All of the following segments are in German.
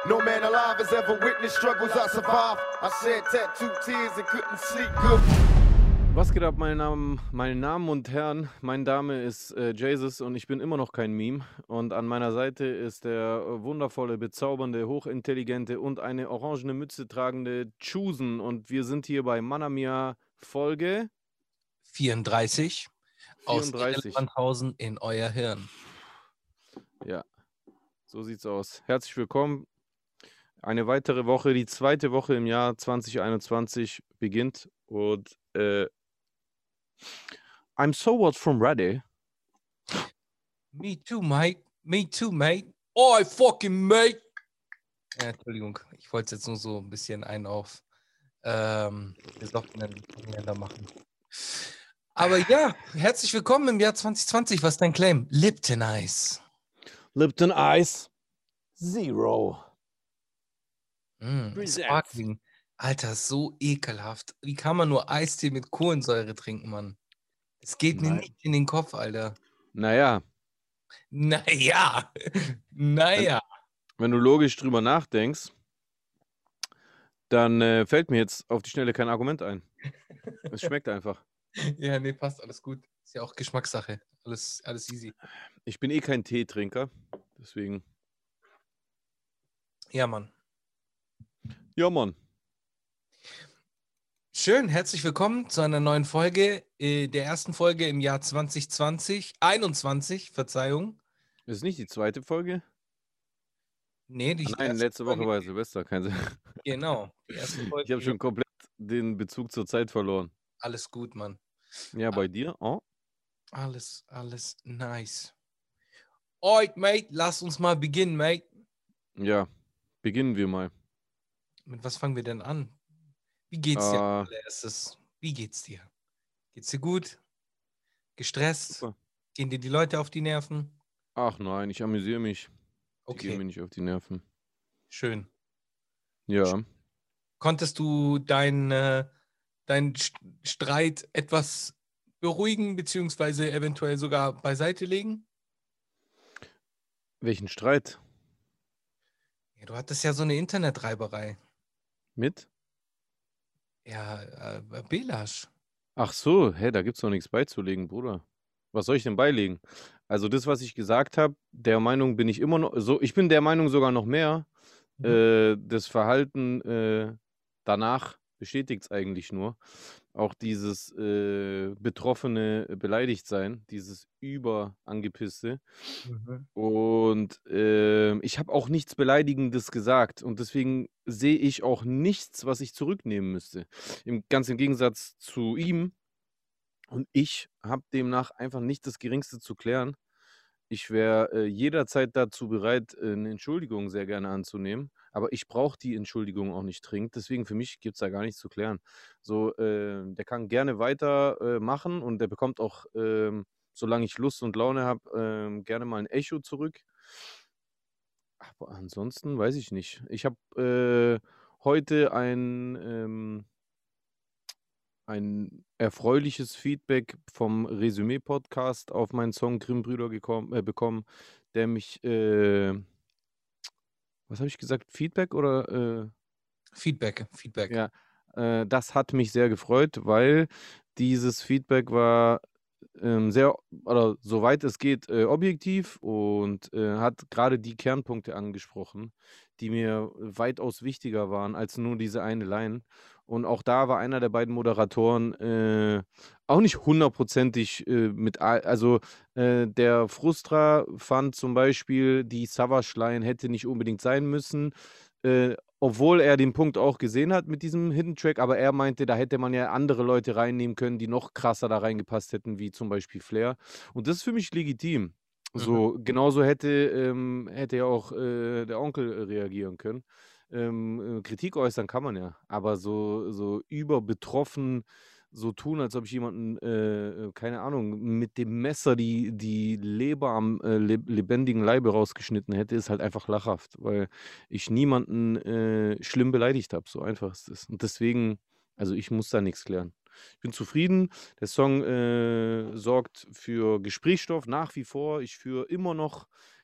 No man alive has ever witnessed struggles I survived. I shed tattooed tears and couldn't sleep good. Was geht ab, meine Damen und Herren? Mein Name ist Jesus und ich bin immer noch kein Meme. Und an meiner Seite ist der wundervolle, bezaubernde, hochintelligente und eine orangene Mütze tragende Chusen. Und wir sind hier bei Manamia Folge 34 aus 34. Irrelevandhausen in euer Hirn. Ja, so sieht's aus. Herzlich willkommen. Eine weitere Woche, die zweite Woche im Jahr 2021 beginnt und I'm somewhat from ready. Me too, mate. Me too, mate. Oh, I fucking mate. Ja, Entschuldigung, ich wollte es jetzt nur so ein bisschen einen auf besoffenen Engländer machen. Aber ja, herzlich willkommen im Jahr 2020. Was ist dein Claim? Lipton Ice. Lipton Ice Zero. Sparkling. Alter, so ekelhaft. Wie kann man nur Eistee mit Kohlensäure trinken, Mann? Es geht mir Nein. nicht in den Kopf, Alter. Naja, Naja. wenn du logisch drüber nachdenkst, dann fällt mir jetzt auf die Schnelle kein Argument ein. Es schmeckt einfach. Ja, nee, passt, alles gut. Ist ja auch Geschmackssache. Alles easy. Ich bin eh kein Teetrinker, deswegen. Ja, Mann. Ja, Mann. Schön, herzlich willkommen zu einer neuen Folge, der ersten Folge im Jahr 2021, Verzeihung. Ist es nicht die zweite Folge? Nee, die Nein, erste letzte Woche Folge- war Silvester, kein Sinn. Genau, die erste Folge. Ich habe schon komplett den Bezug zur Zeit verloren. Alles gut, Mann. Ja, bei dir? Oh. Alles nice. Alright, mate, lass uns mal beginnen, mate. Ja, beginnen wir mal. Mit was fangen wir denn an? Wie geht's dir als allererstes? Wie geht's dir? Geht's dir gut? Gestresst? Super. Gehen dir die Leute auf die Nerven? Ach nein, ich amüsiere mich. Die gehen Okay, mir nicht auf die Nerven. schön. Ja. Konntest du deinen Streit etwas beruhigen, beziehungsweise eventuell sogar beiseite legen? Welchen Streit? Ja, du hattest ja so eine Internetreiberei. Mit? Ja, Belasch. Ach so, da gibt's doch nichts beizulegen, Bruder. Was soll ich denn beilegen? Also das, was ich gesagt habe, der Meinung bin ich immer noch, so, ich bin der Meinung sogar noch mehr, das Verhalten danach bestätigt es eigentlich nur. Auch dieses betroffene Beleidigtsein, dieses Überangepisste. Und ich habe auch nichts Beleidigendes gesagt und deswegen sehe ich auch nichts, was ich zurücknehmen müsste. Ganz im Gegensatz zu ihm. Und ich habe demnach einfach nicht das Geringste zu klären. Ich wäre jederzeit dazu bereit, eine Entschuldigung sehr gerne anzunehmen, aber ich brauche die Entschuldigung auch nicht dringend. Deswegen für mich gibt es da gar nichts zu klären. So, der kann gerne weiter machen und der bekommt auch, solange ich Lust und Laune habe, gerne mal ein Echo zurück. Aber ansonsten weiß ich nicht. Ich habe heute ein erfreuliches Feedback vom Resümee-Podcast auf meinen Song Grimm-Brüder bekommen, der mich, was habe ich gesagt? Feedback oder? Feedback. Ja, das hat mich sehr gefreut, weil dieses Feedback war sehr, oder soweit es geht, objektiv und hat gerade die Kernpunkte angesprochen, die mir weitaus wichtiger waren als nur diese eine Line. Und auch da war einer der beiden Moderatoren auch nicht hundertprozentig also der Frustra fand zum Beispiel, die Savage-Line hätte nicht unbedingt sein müssen. Obwohl er den Punkt auch gesehen hat mit diesem Hidden Track, aber er meinte, da hätte man ja andere Leute reinnehmen können, die noch krasser da reingepasst hätten, wie zum Beispiel Flair. Und das ist für mich legitim. So, genauso hätte ja auch der Onkel reagieren können. Kritik äußern kann man ja, aber so überbetroffen so tun, als ob ich jemanden, keine Ahnung, mit dem Messer die Leber am lebendigen Leibe rausgeschnitten hätte, ist halt einfach lachhaft, weil ich niemanden schlimm beleidigt habe. So einfach ist es. Und deswegen, also ich muss da nichts klären. Ich bin zufrieden. Der Song sorgt für Gesprächsstoff nach wie vor. Ich führe immer noch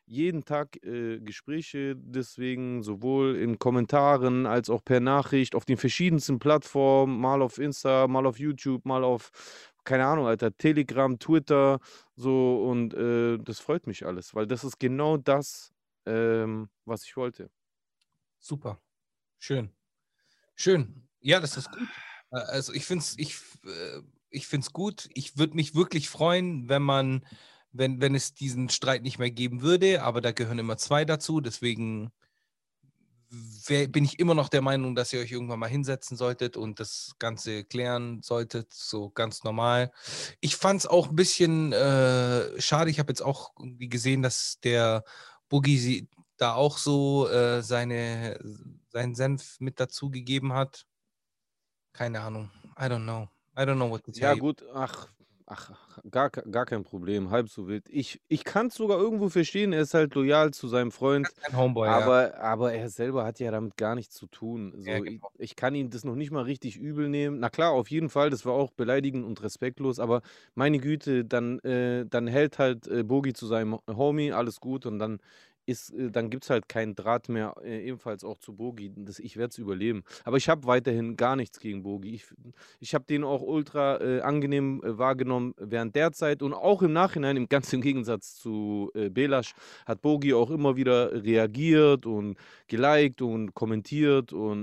jeden Tag Gespräche deswegen, sowohl in Kommentaren als auch per Nachricht auf den verschiedensten Plattformen, mal auf Insta, mal auf YouTube, mal auf, keine Ahnung, Alter, Telegram, Twitter, so und das freut mich alles, weil das ist genau das, was ich wollte. Super. Schön. Schön. Ja, das ist gut. Also ich find's gut. Ich würde mich wirklich freuen, wenn es diesen Streit nicht mehr geben würde, aber da gehören immer zwei dazu. Deswegen bin ich immer noch der Meinung, dass ihr euch irgendwann mal hinsetzen solltet und das Ganze klären solltet, so ganz normal. Ich fand es auch ein bisschen schade. Ich habe jetzt auch irgendwie gesehen, dass der Boogie da auch so seinen Senf mit dazu gegeben hat. Keine Ahnung. I don't know. I don't know what to tell Ja you. gut, gar kein Problem, halb so wild. Ich kann's sogar irgendwo verstehen, er ist halt loyal zu seinem Freund, Ein Homeboy, ja. aber er selber hat ja damit gar nichts zu tun. Ja, So, genau. ich kann ihm das noch nicht mal richtig übel nehmen. Na klar, auf jeden Fall, das war auch beleidigend und respektlos, aber meine Güte, dann hält halt Bogi zu seinem Homie, alles gut und dann gibt's halt keinen Draht mehr, ebenfalls auch zu Bogi. Ich werde es überleben. Aber ich habe weiterhin gar nichts gegen Bogi. Ich habe den auch ultra angenehm wahrgenommen während der Zeit und auch im Nachhinein, ganz im Gegensatz zu Belasch, hat Bogi auch immer wieder reagiert und geliked und kommentiert und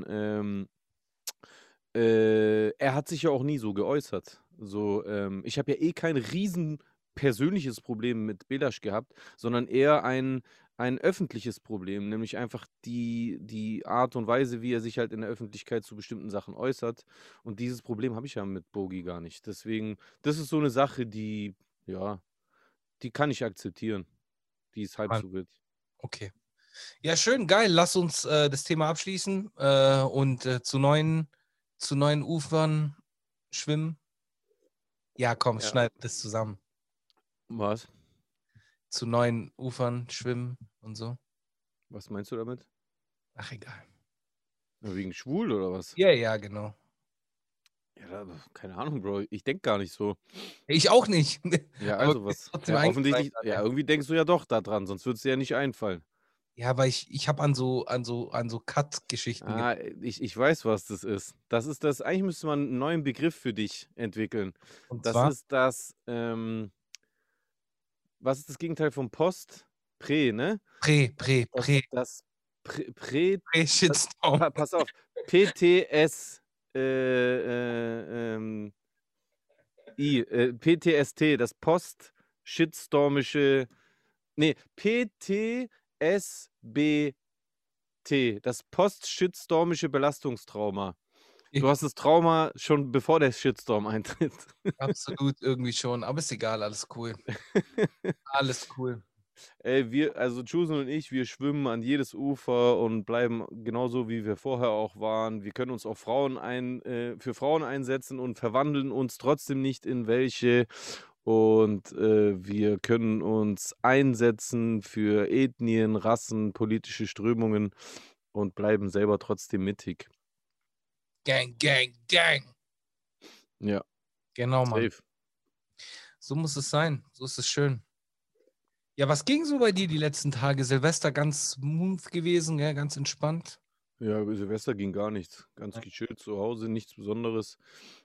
er hat sich ja auch nie so geäußert. So, ich habe ja eh kein riesen persönliches Problem mit Belasch gehabt, sondern eher ein öffentliches Problem, nämlich einfach die Art und Weise, wie er sich halt in der Öffentlichkeit zu bestimmten Sachen äußert. Und dieses Problem habe ich ja mit Bogi gar nicht. Deswegen, das ist so eine Sache, ja, die kann ich akzeptieren. Die ist halb Mann. so wild. Okay. Ja, schön, geil. Lass uns das Thema abschließen und zu neuen Ufern schwimmen. Ja, komm, Ja. schneid das zusammen. Was? Zu neuen Ufern schwimmen und so. Was meinst du damit? Ach, egal. Wegen schwul oder was? Ja, ja, genau. Ja, keine Ahnung, Bro. Ich denke gar nicht so. Ich auch nicht. Ja, Aber also mir ist was? trotzdem Ja, eingefallen offensichtlich, ja, gerade. irgendwie denkst du ja doch daran, sonst würde es dir ja nicht einfallen. Ja, weil ich habe an so Cut-Geschichten gedacht. Ich weiß, was das ist. Eigentlich müsste man einen neuen Begriff für dich entwickeln. Und Das zwar ist was ist das Gegenteil von Post? Ne? Das Shitstorm. pass auf, PTS, ähm, PTST, das Post-Shitstormische, nee, PTSB. Das post-shitstormische Belastungstrauma. Du hast das Trauma schon bevor der Shitstorm eintritt. Absolut irgendwie schon, aber ist egal, alles cool. Alles cool. Ey, also Chusen und ich, wir schwimmen an jedes Ufer und bleiben genauso, wie wir vorher auch waren. Wir können uns auch für Frauen einsetzen und verwandeln uns trotzdem nicht in welche. Und wir können uns einsetzen für Ethnien, Rassen, politische Strömungen und bleiben selber trotzdem mittig. Gang, gang, gang. Ja, Genau, Mann. safe. So muss es sein. So ist es schön. Ja, was ging so bei dir die letzten Tage? Silvester ganz smooth gewesen, gell? Ganz entspannt. Ja, Silvester ging gar nichts. Ganz gechillt zu Hause, nichts Besonderes.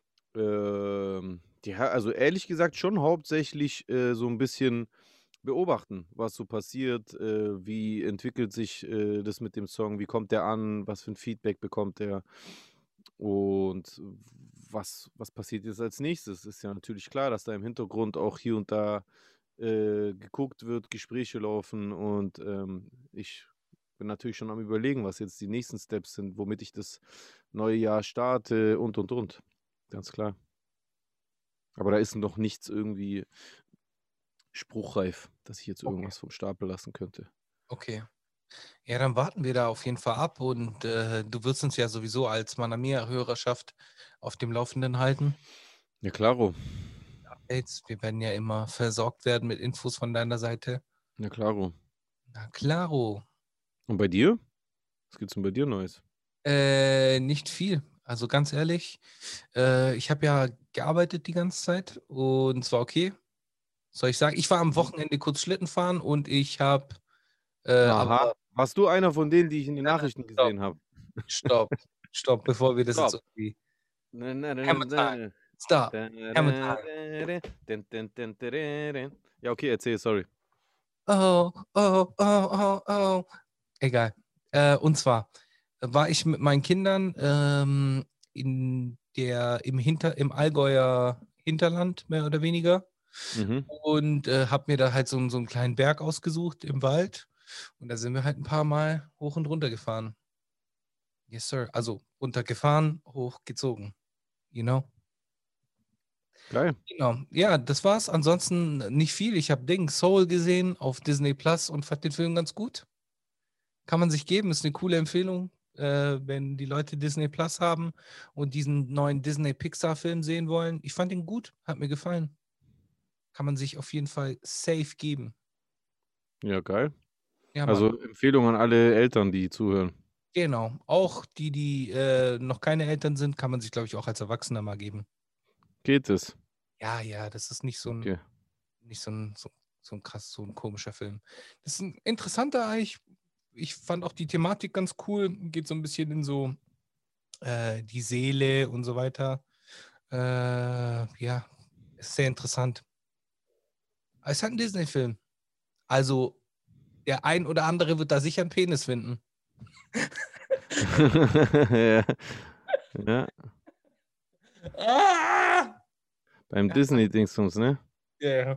Ja, also ehrlich gesagt schon hauptsächlich so ein bisschen beobachten, was so passiert, wie entwickelt sich das mit dem Song, wie kommt der an, was für ein Feedback bekommt der und was passiert jetzt als nächstes. Ist ja natürlich klar, dass da im Hintergrund auch hier und da geguckt wird, Gespräche laufen und ich bin natürlich schon am Überlegen, was jetzt die nächsten Steps sind, womit ich das neue Jahr starte und. Ganz klar. Aber da ist noch nichts irgendwie spruchreif, dass ich jetzt Okay. irgendwas vom Stapel lassen könnte. Okay. Ja, dann warten wir da auf jeden Fall ab und du wirst uns ja sowieso als Manamia-Hörerschaft auf dem Laufenden halten. Ja, klaro. Updates. Wir werden ja immer versorgt werden mit Infos von deiner Seite. Ja, klaro. Na klaro. Und bei dir? Was gibt's denn bei dir Neues? Nicht viel. Also ganz ehrlich, ich habe ja gearbeitet die ganze Zeit und es war okay. Soll ich sagen, ich war am Wochenende kurz Schlitten fahren und ich habe Aha. Aber Warst du einer von denen, die ich in den nein, Nachrichten stopp, gesehen habe? stopp, bevor wir das jetzt Stop. irgendwie. Na, na, na, Hammer na, Time, na. stop, Da, da, Hammer da, Time. da, da, da, da, da, da. Ja, okay, erzähl, sorry. Oh, oh, oh, oh, oh. Egal. Und zwar war ich mit meinen Kindern im Allgäuer Hinterland, mehr oder weniger. Mhm. Und habe mir da halt so einen kleinen Berg ausgesucht im Wald. Und da sind wir halt ein paar Mal hoch und runter gefahren. Yes, sir. Also runtergefahren, hochgezogen. You know? Geil. Genau. Ja, das war's. Ansonsten nicht viel. Ich habe Soul gesehen auf Disney Plus und fand den Film ganz gut. Kann man sich geben, ist eine coole Empfehlung, wenn die Leute Disney Plus haben und diesen neuen Disney Pixar-Film sehen wollen. Ich fand ihn gut, hat mir gefallen. Kann man sich auf jeden Fall safe geben. Ja, geil. Ja, Mann. Also Empfehlung an alle Eltern, die zuhören. Genau. Auch die noch keine Eltern sind, kann man sich, glaube ich, auch als Erwachsener mal geben. Geht es? Ja, ja, das ist nicht Okay. so ein krass, so ein komischer Film. Das ist ein interessanter eigentlich. Ich fand auch die Thematik ganz cool. Geht so ein bisschen in so die Seele und so weiter. Ja, ist sehr interessant. Aber es ist halt ein Disney-Film. Also, der ein oder andere wird da sicher einen Penis finden. Ja. Ja. Ah! Beim Disney-Dingsbums, ne? Ja.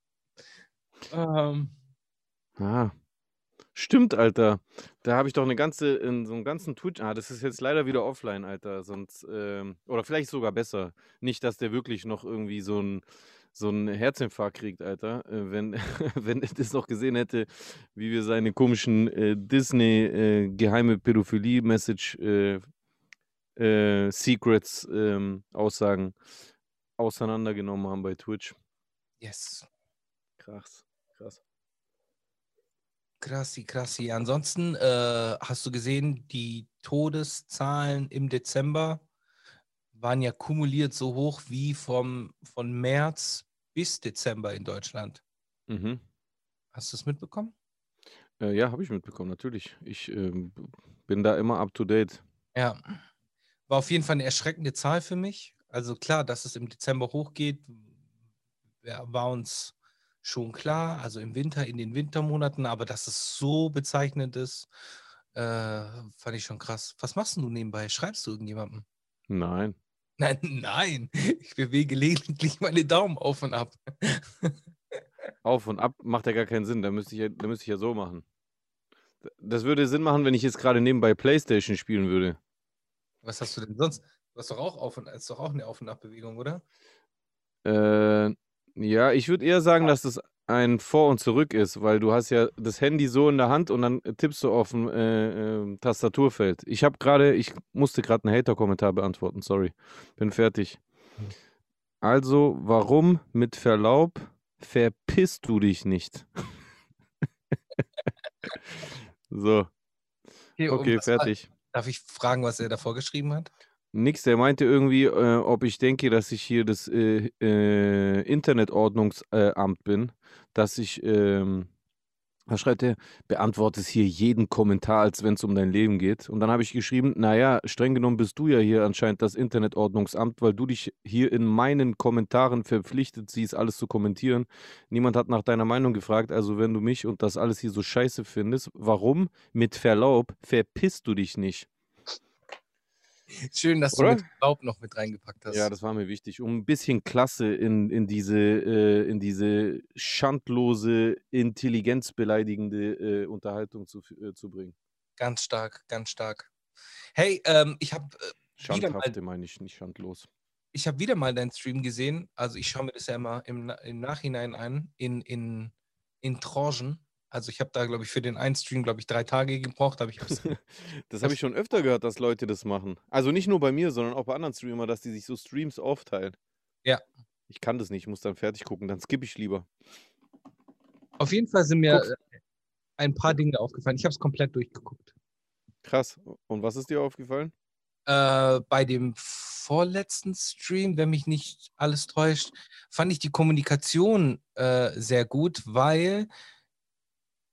Ah. Stimmt, Alter. Da habe ich doch in so einem ganzen Twitch. Ah, das ist jetzt leider wieder offline, Alter. Sonst, oder vielleicht sogar besser. Nicht, dass der wirklich noch irgendwie so einen Herzinfarkt kriegt, Alter. Wenn, wenn er das noch gesehen hätte, wie wir seine komischen Disney geheime Pädophilie-Message Secrets Aussagen auseinandergenommen haben bei Twitch. Yes. Krass, krass. Krassi, krassi. Ansonsten hast du gesehen, die Todeszahlen im Dezember waren ja kumuliert so hoch wie von März bis Dezember in Deutschland. Mhm. Hast du es mitbekommen? Ja, habe ich mitbekommen, natürlich. Ich bin da immer up to date. Ja. War auf jeden Fall eine erschreckende Zahl für mich. Also klar, dass es im Dezember hochgeht, war uns schon klar. Also im Winter, in den Wintermonaten, aber dass es so bezeichnend ist, fand ich schon krass. Was machst du nebenbei? Schreibst du irgendjemandem? Nein. Nein, nein. Ich bewege lediglich meine Daumen auf und ab. Auf und ab macht ja gar keinen Sinn. Da müsste ich ja so machen. Das würde Sinn machen, wenn ich jetzt gerade nebenbei PlayStation spielen würde. Was hast du denn sonst? Du hast doch auch ist doch auch eine Auf- und Abbewegung, oder? Äh, ja, ich würde eher sagen, dass das ein Vor und Zurück ist, weil du hast ja das Handy so in der Hand und dann tippst du auf dem Tastaturfeld. Ich musste gerade einen Hater-Kommentar beantworten, sorry. Bin fertig. Also, warum mit Verlaub verpisst du dich nicht? So, okay, fertig. Darf ich fragen, was er davor geschrieben hat? Nix, der meinte irgendwie, ob ich denke, dass ich hier das Internetordnungsamt bin, dass ich, was schreibt er? Beantwortest hier jeden Kommentar, als wenn es um dein Leben geht. Und dann habe ich geschrieben, naja, streng genommen bist du ja hier anscheinend das Internetordnungsamt, weil du dich hier in meinen Kommentaren verpflichtet siehst, alles zu kommentieren. Niemand hat nach deiner Meinung gefragt, also wenn du mich und das alles hier so scheiße findest, warum, mit Verlaub, verpisst du dich nicht? Schön, dass du Oder? mit Laub noch mit reingepackt hast. Ja, das war mir wichtig, um ein bisschen Klasse in diese schandlose, intelligenzbeleidigende Unterhaltung zu bringen. Ganz stark, ganz stark. Hey, ich habe Schandhafte meine ich, nicht schandlos. wieder mal deinen Stream gesehen. Also ich schaue mir das ja immer im Nachhinein an, in Tranchen. Also ich habe da, glaube ich, für den einen Stream, glaube ich, 3 Tage gebraucht. Aber Das habe ich schon öfter gehört, dass Leute das machen. Also nicht nur bei mir, sondern auch bei anderen Streamern, dass die sich so Streams aufteilen. Ja. Ich kann das nicht, ich muss dann fertig gucken, dann skippe ich lieber. Auf jeden Fall sind mir ein paar Dinge aufgefallen. Ich habe es komplett durchgeguckt. Krass. Und was ist dir aufgefallen? Bei dem vorletzten Stream, wenn mich nicht alles täuscht, fand ich die Kommunikation sehr gut, weil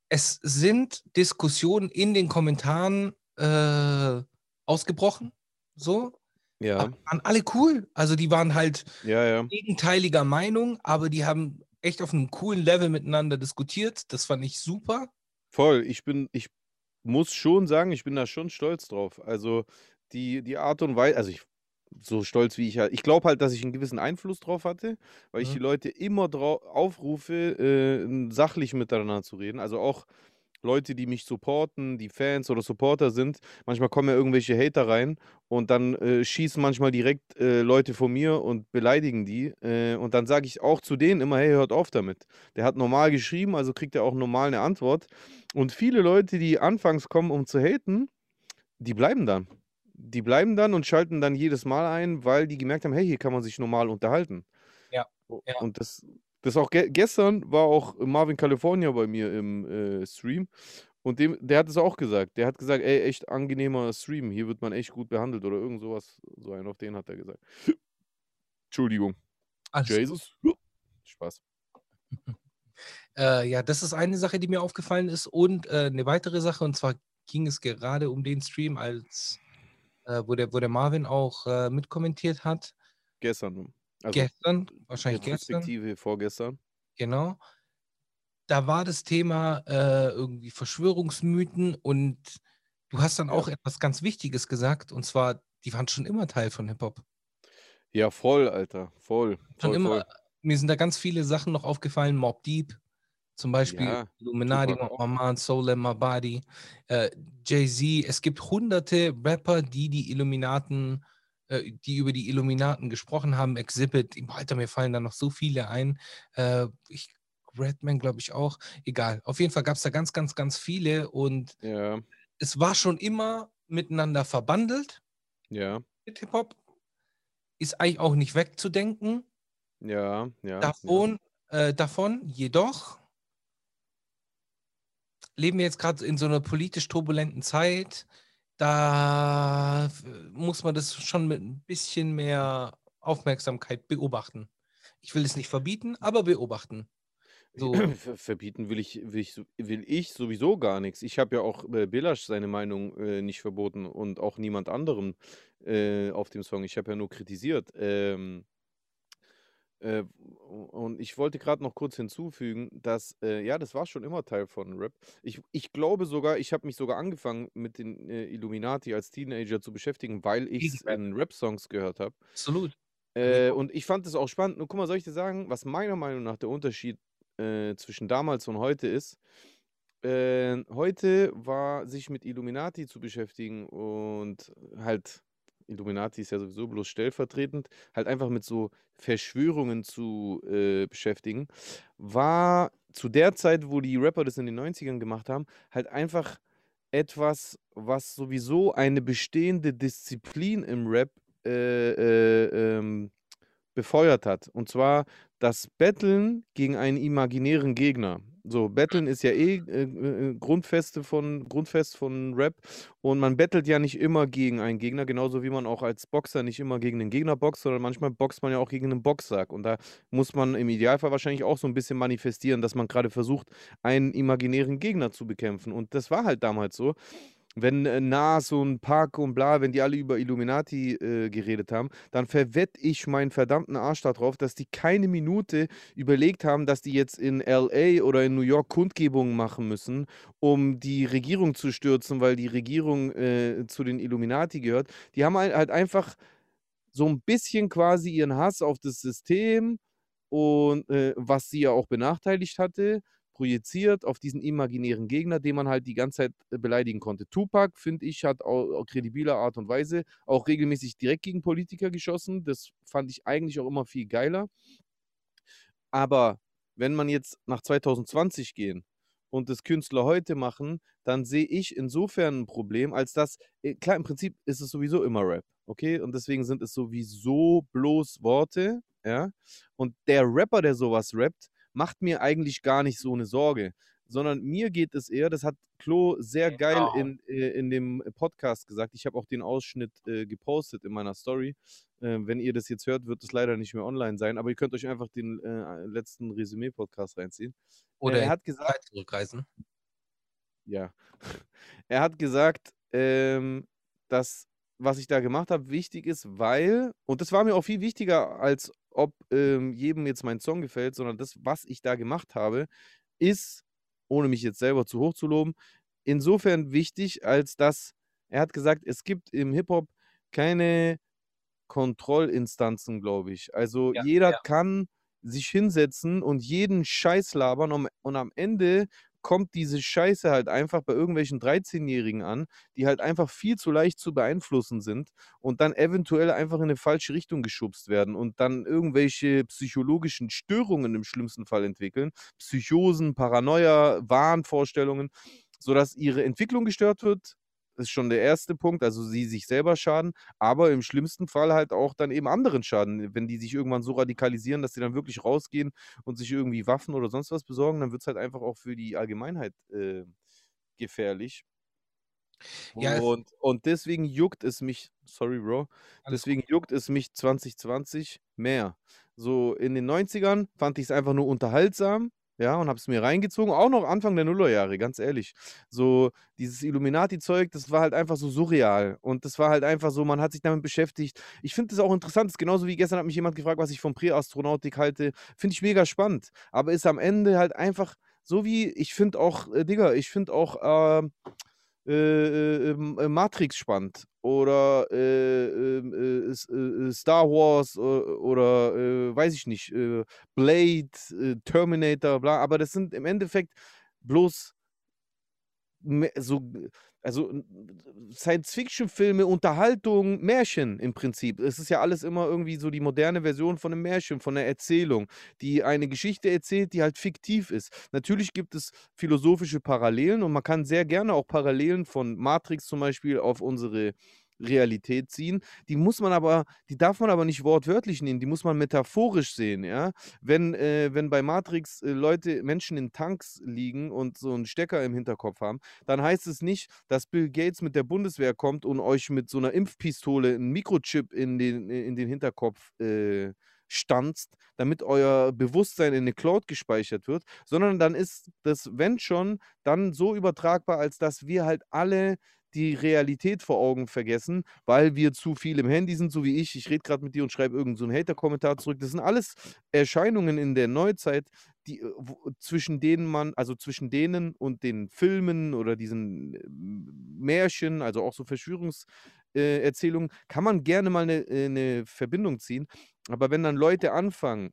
Es sind Diskussionen in den Kommentaren ausgebrochen, so, Ja, aber die waren alle cool. Also die waren halt ja, ja. gegenteiliger Meinung, aber die haben echt auf einem coolen Level miteinander diskutiert. Das fand ich super. Voll. Ich muss schon sagen, ich bin da schon stolz drauf. Also die Art und Weise, so stolz wie ich glaube halt, dass ich einen gewissen Einfluss drauf hatte, weil ich Mhm. die Leute immer aufrufe, sachlich miteinander zu reden. Also auch Leute, die mich supporten, die Fans oder Supporter sind. Manchmal kommen ja irgendwelche Hater rein und dann schießen manchmal direkt Leute von mir und beleidigen die. Und dann sage ich auch zu denen immer, hey, hört auf damit. Der hat normal geschrieben, also kriegt er auch normal eine Antwort. Und viele Leute, die anfangs kommen, um zu haten, die bleiben dann. Die bleiben dann und schalten dann jedes Mal ein, weil die gemerkt haben, hey, hier kann man sich normal unterhalten. Ja, ja. Und das auch gestern war auch Marvin California bei mir im Stream und der hat es auch gesagt. Der hat gesagt, ey, echt angenehmer Stream, hier wird man echt gut behandelt oder irgend sowas. So einen auf den hat er gesagt. Entschuldigung. Alles gut. Jesus. Spaß. Ja, das ist eine Sache, die mir aufgefallen ist. Und eine weitere Sache, und zwar ging es gerade um den Stream, wo der Marvin auch mitkommentiert hat. Gestern. Also Gestern, wahrscheinlich gestern, retrospektive vorgestern. genau. Da war das Thema irgendwie Verschwörungsmythen und du hast dann Ja. auch etwas ganz Wichtiges gesagt, und zwar, die waren schon immer Teil von Hip-Hop. Ja, voll, Alter. Voll, Schon voll, immer. voll. Mir sind da ganz viele Sachen noch aufgefallen. Mobb Deep, zum Beispiel Ja, Illuminati, Tupac auch. My Man, Soul in My Body, Jay-Z. Es gibt hunderte Rapper, die über die Illuminaten gesprochen haben. Exhibit, Alter, mir fallen da noch so viele ein. Redman, glaube ich auch. Egal. Auf jeden Fall gab es da ganz, ganz, ganz viele und Ja, es war schon immer miteinander verbandelt ja, mit Hip-Hop. Ist eigentlich auch nicht wegzudenken ja, ja, ja. davon. Jedoch leben wir jetzt gerade in so einer politisch turbulenten Zeit. Da muss man das schon mit ein bisschen mehr Aufmerksamkeit beobachten. Ich will es nicht verbieten, aber beobachten. So, Verbieten will ich sowieso gar nichts. Ich habe ja auch Belasch seine Meinung nicht verboten und auch niemand anderem auf dem Song. Ich habe ja nur kritisiert. Und ich wollte gerade noch kurz hinzufügen, dass, ja, das war schon immer Teil von Rap. Ich glaube sogar, ich habe mich sogar angefangen mit den Illuminati als Teenager zu beschäftigen, weil ich es Gegenrap. in Rap-Songs gehört habe. Absolut. Bei mir auch. Und ich fand es auch spannend. Und guck mal, soll ich dir sagen, was meiner Meinung nach der Unterschied zwischen damals und heute ist? Heute war sich mit Illuminati zu beschäftigen und halt, Illuminati ist ja sowieso bloß stellvertretend, halt einfach mit so Verschwörungen zu beschäftigen, war zu der Zeit, wo die Rapper das in den 90ern gemacht haben, halt einfach etwas, was sowieso eine bestehende Disziplin im Rap befeuert hat. Und zwar das Betteln gegen einen imaginären Gegner. So, Betteln ist ja Grundfest von Rap und man bettelt ja nicht immer gegen einen Gegner, genauso wie man auch als Boxer nicht immer gegen einen Gegner boxt, sondern manchmal boxt man ja auch gegen einen Boxsack. Und da muss man im Idealfall wahrscheinlich auch so ein bisschen manifestieren, dass man gerade versucht, einen imaginären Gegner zu bekämpfen. Und das war halt damals so. Wenn Nas und Pac und bla, wenn die alle über Illuminati geredet haben, dann verwette ich meinen verdammten Arsch darauf, dass die keine Minute überlegt haben, dass die jetzt in LA oder in New York Kundgebungen machen müssen, um die Regierung zu stürzen, weil die Regierung zu den Illuminati gehört. Die haben halt einfach so ein bisschen quasi ihren Hass auf das System und was sie ja auch benachteiligt hatte, projiziert auf diesen imaginären Gegner, den man halt die ganze Zeit beleidigen konnte. Tupac, finde ich, hat auf kredibiler Art und Weise auch regelmäßig direkt gegen Politiker geschossen. Das fand ich eigentlich auch immer viel geiler. Aber wenn man jetzt nach 2020 gehen und das Künstler heute machen, dann sehe ich insofern ein Problem, als dass, klar, im Prinzip ist es sowieso immer Rap, okay? Und deswegen sind es sowieso bloß Worte, ja? Und der Rapper, der sowas rappt, macht mir eigentlich gar nicht so eine Sorge, sondern mir geht es eher, das hat Klo sehr geil Genau. in dem Podcast gesagt. Ich habe auch den Ausschnitt gepostet in meiner Story. Wenn ihr das jetzt hört, wird es leider nicht mehr online sein, aber ihr könnt euch einfach den letzten Resümee-Podcast reinziehen. Oder Er in hat die gesagt, Zeit zurückreisen. Ja. Er hat gesagt, dass, was ich da gemacht habe, wichtig ist, weil, und das war mir auch viel wichtiger, als ob jedem jetzt mein Song gefällt, sondern das, was ich da gemacht habe, ist, ohne mich jetzt selber zu hoch zu loben, insofern wichtig, als dass er hat gesagt, es gibt im Hip-Hop keine Kontrollinstanzen, glaube ich. Also Ja, jeder ja. kann sich hinsetzen und jeden Scheiß labern und am Ende kommt diese Scheiße halt einfach bei irgendwelchen 13-Jährigen an, die halt einfach viel zu leicht zu beeinflussen sind und dann eventuell einfach in eine falsche Richtung geschubst werden und dann irgendwelche psychologischen Störungen im schlimmsten Fall entwickeln, Psychosen, Paranoia, Wahnvorstellungen, sodass ihre Entwicklung gestört wird. Das ist schon der erste Punkt, also sie sich selber schaden, aber im schlimmsten Fall halt auch dann eben anderen schaden. Wenn die sich irgendwann so radikalisieren, dass sie dann wirklich rausgehen und sich irgendwie Waffen oder sonst was besorgen, dann wird es halt einfach auch für die Allgemeinheit gefährlich. Ja, Und deswegen juckt es mich, sorry, Bro, alles gut. deswegen juckt es mich 2020 mehr. So in den 90ern fand ich es einfach nur unterhaltsam, ja, und habe es mir reingezogen, auch noch Anfang der Nullerjahre, ganz ehrlich. So dieses Illuminati-Zeug, das war halt einfach so surreal. Und das war halt einfach so, man hat sich damit beschäftigt. Ich finde das auch interessant, das ist genauso wie gestern hat mich jemand gefragt, was ich von Präastronautik halte. Finde ich mega spannend. Aber ist am Ende halt einfach so wie, ich finde auch, Digga, ich finde auch, Matrix spannend oder Star Wars oder weiß ich nicht, Blade, Terminator, bla, aber das sind im Endeffekt bloß so, also Science-Fiction-Filme, Unterhaltung, Märchen im Prinzip. Es ist ja alles immer irgendwie so die moderne Version von einem Märchen, von einer Erzählung, die eine Geschichte erzählt, die halt fiktiv ist. Natürlich gibt es philosophische Parallelen und man kann sehr gerne auch Parallelen von Matrix zum Beispiel auf unsere Realität ziehen. Die darf man aber nicht wortwörtlich nehmen, die muss man metaphorisch sehen, ja. Wenn bei Matrix Menschen in Tanks liegen und so einen Stecker im Hinterkopf haben, dann heißt es nicht, dass Bill Gates mit der Bundeswehr kommt und euch mit so einer Impfpistole einen Mikrochip in den Hinterkopf stanzt, damit euer Bewusstsein in eine Cloud gespeichert wird, sondern dann ist das, wenn schon, dann so übertragbar, als dass wir halt alle die Realität vor Augen vergessen, weil wir zu viel im Handy sind, so wie ich. Ich rede gerade mit dir und schreibe irgend so einen Hater-Kommentar zurück. Das sind alles Erscheinungen in der Neuzeit, zwischen zwischen denen und den Filmen oder diesen Märchen, also auch so Verschwörungserzählungen, kann man gerne mal eine Verbindung ziehen. Aber wenn dann Leute anfangen,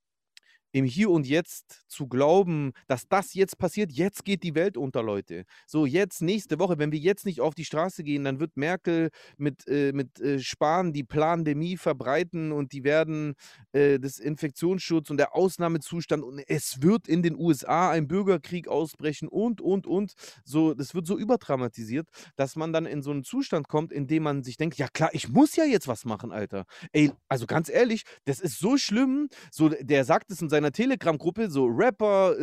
im Hier und Jetzt zu glauben, dass das jetzt passiert, jetzt geht die Welt unter, Leute. So, jetzt, nächste Woche, wenn wir jetzt nicht auf die Straße gehen, dann wird Merkel mit Spahn die Plandemie verbreiten und die werden das Infektionsschutz und der Ausnahmezustand und es wird in den USA ein Bürgerkrieg ausbrechen und. So, das wird so überdramatisiert, dass man dann in so einen Zustand kommt, in dem man sich denkt, ja klar, ich muss ja jetzt was machen, Alter. Ey, also ganz ehrlich, das ist so schlimm, so, der sagt es in seiner Telegram-Gruppe, so Rapper,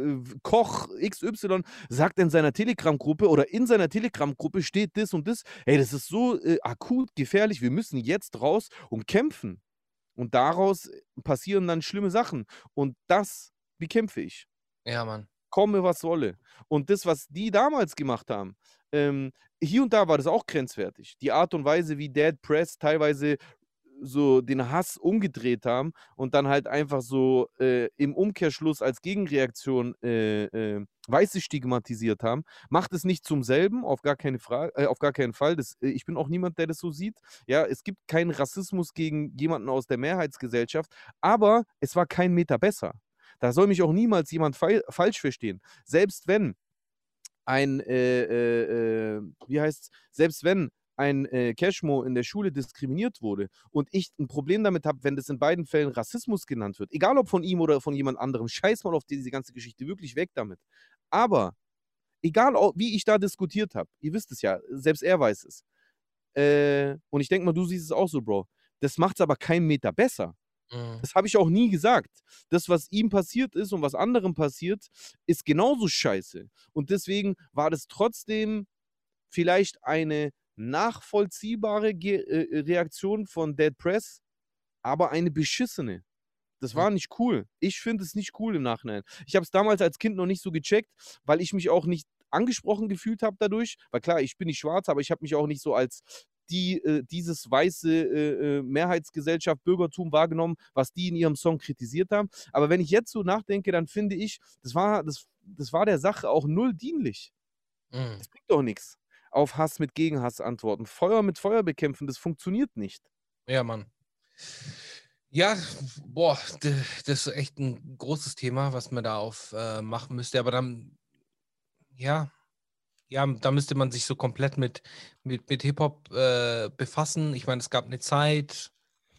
Koch XY, sagt in seiner Telegram-Gruppe oder in seiner Telegram-Gruppe steht das und das. Hey, das ist so akut gefährlich. Wir müssen jetzt raus und kämpfen. Und daraus passieren dann schlimme Sachen. Und das bekämpfe ich. Ja, Mann. Komme, was wolle. Und das, was die damals gemacht haben, hier und da war das auch grenzwertig. Die Art und Weise, wie Dead Press teilweise so den Hass umgedreht haben und dann halt einfach so im Umkehrschluss als Gegenreaktion Weiße stigmatisiert haben, macht es nicht zum selben, auf gar keine Frage, auf gar keinen Fall. Ich bin auch niemand, der das so sieht. Ja, es gibt keinen Rassismus gegen jemanden aus der Mehrheitsgesellschaft, aber es war kein Meter besser. Da soll mich auch niemals jemand falsch verstehen. Selbst wenn wie heißt's, selbst wenn ein Cashmo in der Schule diskriminiert wurde und ich ein Problem damit habe, wenn das in beiden Fällen Rassismus genannt wird, egal ob von ihm oder von jemand anderem, scheiß mal auf diese ganze Geschichte, wirklich weg damit. Aber egal, wie ich da diskutiert habe, ihr wisst es ja, selbst er weiß es. Und ich denke mal, du siehst es auch so, Bro. Das macht es aber keinen Meter besser. Mhm. Das habe ich auch nie gesagt. Das, was ihm passiert ist und was anderem passiert, ist genauso scheiße. Und deswegen war das trotzdem vielleicht eine nachvollziehbare Reaktion von Dead Press, aber eine beschissene. Das Ja. war nicht cool. Ich finde es nicht cool im Nachhinein. Ich habe es damals als Kind noch nicht so gecheckt, weil ich mich auch nicht angesprochen gefühlt habe dadurch. Weil klar, ich bin nicht schwarz, aber ich habe mich auch nicht so als dieses weiße Mehrheitsgesellschaft, Bürgertum wahrgenommen, was die in ihrem Song kritisiert haben. Aber wenn ich jetzt so nachdenke, dann finde ich, das war der Sache auch null dienlich. Mhm. Das bringt doch nichts. Auf Hass mit Gegenhass antworten. Feuer mit Feuer bekämpfen, das funktioniert nicht. Ja, Mann. Ja, boah, das ist echt ein großes Thema, was man da machen müsste. Aber dann, ja, da müsste man sich so komplett mit Hip-Hop befassen. Ich meine, es gab eine Zeit,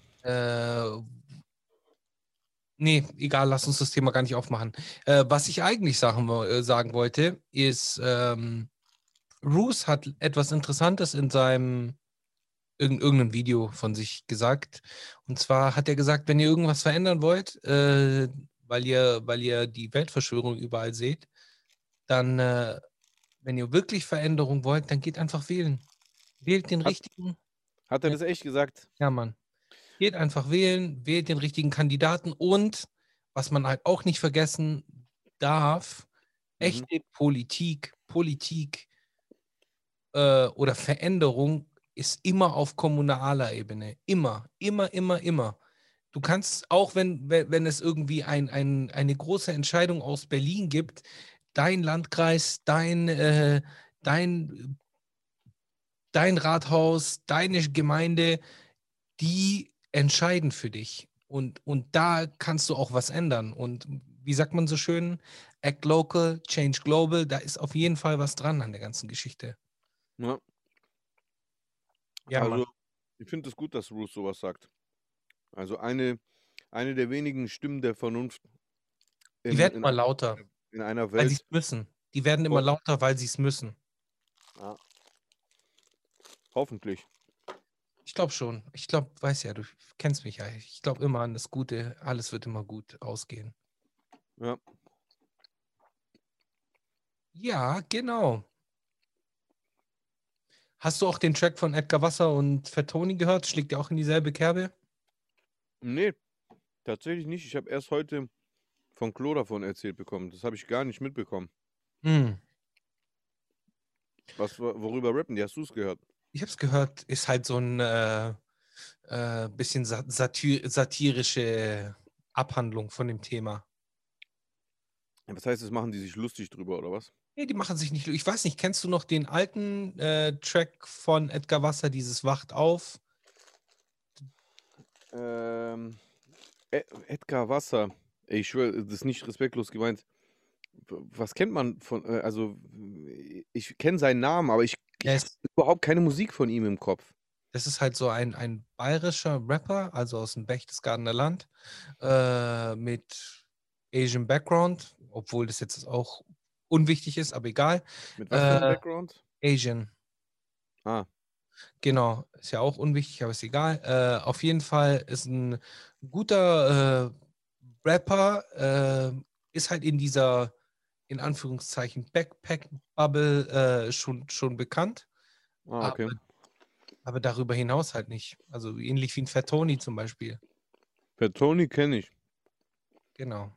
nee, egal, lass uns das Thema gar nicht aufmachen. Was ich eigentlich sagen wollte, ist, Roos hat etwas Interessantes in seinem irgendeinem Video von sich gesagt. Und zwar hat er gesagt, wenn ihr irgendwas verändern wollt, weil ihr die Weltverschwörung überall seht, dann, wenn ihr wirklich Veränderung wollt, dann geht einfach wählen. Wählt den Hat, richtigen. hat er Ja, das echt gesagt? ja, Mann. Geht einfach wählen, wählt den richtigen Kandidaten und was man halt auch nicht vergessen darf, Mhm. echte Politik oder Veränderung ist immer auf kommunaler Ebene. Immer, immer, immer, immer. Du kannst, auch wenn es irgendwie eine große Entscheidung aus Berlin gibt, dein Landkreis, dein, dein Rathaus, deine Gemeinde, die entscheiden für dich. Und da kannst du auch was ändern. Und wie sagt man so schön? Act local, change global. Da ist auf jeden Fall was dran an der ganzen Geschichte. Ja. Ja, Mann. Also, ich finde es gut, dass Roos sowas sagt. Also eine der wenigen Stimmen der Vernunft Die werden in immer lauter, einer weil sie es Welt. müssen. Die werden immer lauter, weil sie es müssen. Ja, hoffentlich. Ich glaube schon. Ich glaube, weiß ja, du kennst mich ja. Ich glaube immer an das Gute. Alles wird immer gut ausgehen. Ja. Ja, genau. Hast du auch den Track von Edgar Wasser und Fettoni gehört? Schlägt der auch in dieselbe Kerbe? Nee, tatsächlich nicht. Ich habe erst heute von Klo davon erzählt bekommen. Das habe ich gar nicht mitbekommen. Hm. Worüber rappen die? Hast du es gehört? Ich habe es gehört, ist halt so ein bisschen satirische Abhandlung von dem Thema. Was heißt, das machen die sich lustig drüber, oder was? Nee, die machen sich nicht. Ich weiß nicht, kennst du noch den alten Track von Edgar Wasser, dieses Wacht auf? Edgar Wasser. Ey, ich schwöre, das ist nicht respektlos gemeint. Was kennt man von, also, ich kenne seinen Namen, aber ich habe Yes. überhaupt keine Musik von ihm im Kopf. Das ist halt so ein bayerischer Rapper, also aus dem Berchtesgadener Land, mit Asian Background, obwohl das jetzt auch unwichtig ist, aber egal. Mit was für einem Background? Asian. Ah, Genau, ist ja auch unwichtig, aber ist egal. Auf jeden Fall ist ein guter Rapper, ist halt in dieser, in Anführungszeichen, Backpack-Bubble schon bekannt, aber, okay. aber darüber hinaus halt nicht. Also ähnlich wie ein Fettoni zum Beispiel. Per Tony kenne ich. Genau.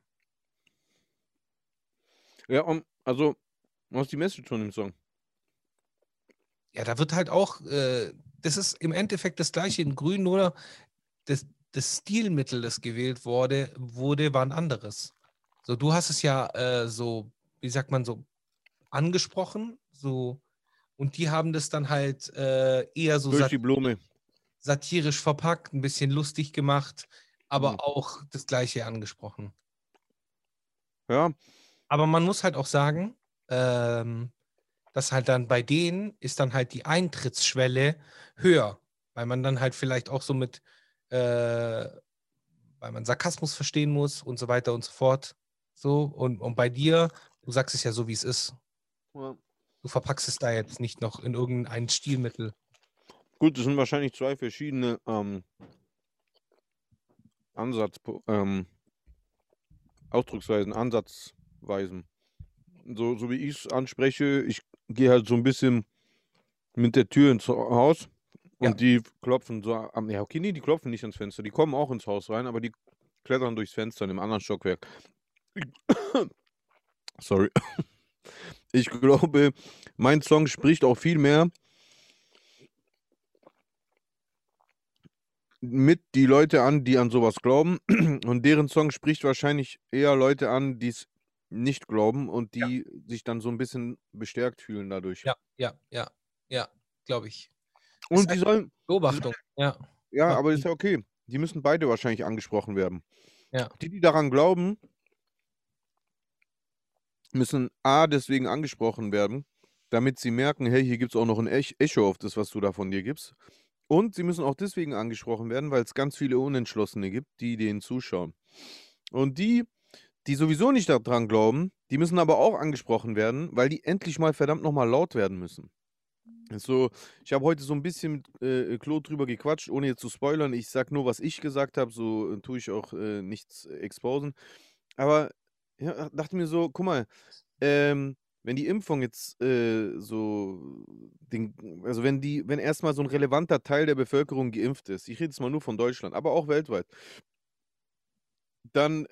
Ja, also, was ist die Message von dem Song? Ja, da wird halt auch, das ist im Endeffekt das gleiche in Grün, nur das Stilmittel, das gewählt wurde, war ein anderes. So, du hast es ja so, wie sagt man, so angesprochen, so, und die haben das dann halt eher so Durch die Blume. satirisch verpackt, ein bisschen lustig gemacht, aber Hm. auch das Gleiche angesprochen. Ja, Aber man muss halt auch sagen, dass halt dann bei denen ist dann halt die Eintrittsschwelle höher, weil man dann halt vielleicht auch so weil man Sarkasmus verstehen muss und so weiter und so fort. So, und bei dir, du sagst es ja so, wie es ist. ja. Du verpackst es da jetzt nicht noch in irgendein Stilmittel. Gut, das sind wahrscheinlich zwei verschiedene Ausdrucksweisen, Ansatzweisen. So wie ich es anspreche, ich gehe halt so ein bisschen mit der Tür ins Haus Ja. und die klopfen so ja, okay, nee, die klopfen nicht ans Fenster, die kommen auch ins Haus rein, aber die klettern durchs Fenster in einem anderen Stockwerk. Sorry. Ich glaube, mein Song spricht auch viel mehr mit die Leute an, die an sowas glauben. Und deren Song spricht wahrscheinlich eher Leute an, die es nicht glauben und Ja, die sich dann so ein bisschen bestärkt fühlen dadurch. ja, glaube ich. Ist Und die einfach sollen, Beobachtung. Ja, ja, aber ist okay. ja okay. Die müssen beide wahrscheinlich angesprochen werden. Ja, Die daran glauben, müssen A, deswegen angesprochen werden, damit sie merken, hey, hier gibt es auch noch ein Echo auf das, was du da von dir gibst. Und sie müssen auch deswegen angesprochen werden, weil es ganz viele Unentschlossene gibt, die denen zuschauen. Und die sowieso nicht daran glauben, die müssen aber auch angesprochen werden, weil die endlich mal verdammt nochmal laut werden müssen. So, ich habe heute so ein bisschen mit Claude drüber gequatscht, ohne jetzt zu spoilern. Ich sag nur, was ich gesagt habe, so tue ich auch nichts exposen. Aber ja, dachte mir so, guck mal, wenn die Impfung jetzt also wenn erstmal so ein relevanter Teil der Bevölkerung geimpft ist, ich rede jetzt mal nur von Deutschland, aber auch weltweit, dann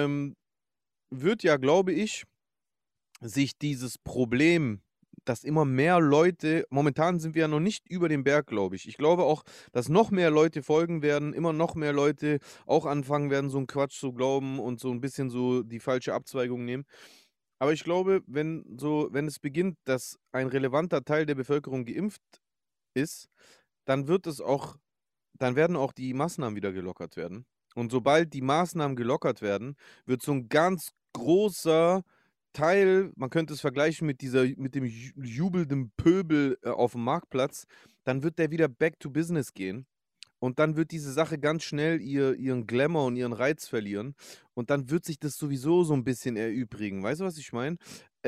wird ja, glaube ich, sich dieses Problem, dass immer mehr Leute, momentan sind wir ja noch nicht über dem Berg, glaube ich. Ich glaube auch, dass noch mehr Leute folgen werden, immer noch mehr Leute auch anfangen werden, so einen Quatsch zu glauben und so ein bisschen so die falsche Abzweigung nehmen. Aber ich glaube, wenn es beginnt, dass ein relevanter Teil der Bevölkerung geimpft ist, dann werden auch die Maßnahmen wieder gelockert werden. Und sobald die Maßnahmen gelockert werden, wird so ein ganz großer Teil, man könnte es vergleichen mit dem jubelnden Pöbel auf dem Marktplatz, dann wird der wieder back to business gehen. Und dann wird diese Sache ganz schnell ihren Glamour und ihren Reiz verlieren. Und dann wird sich das sowieso so ein bisschen erübrigen. Weißt du, was ich meine?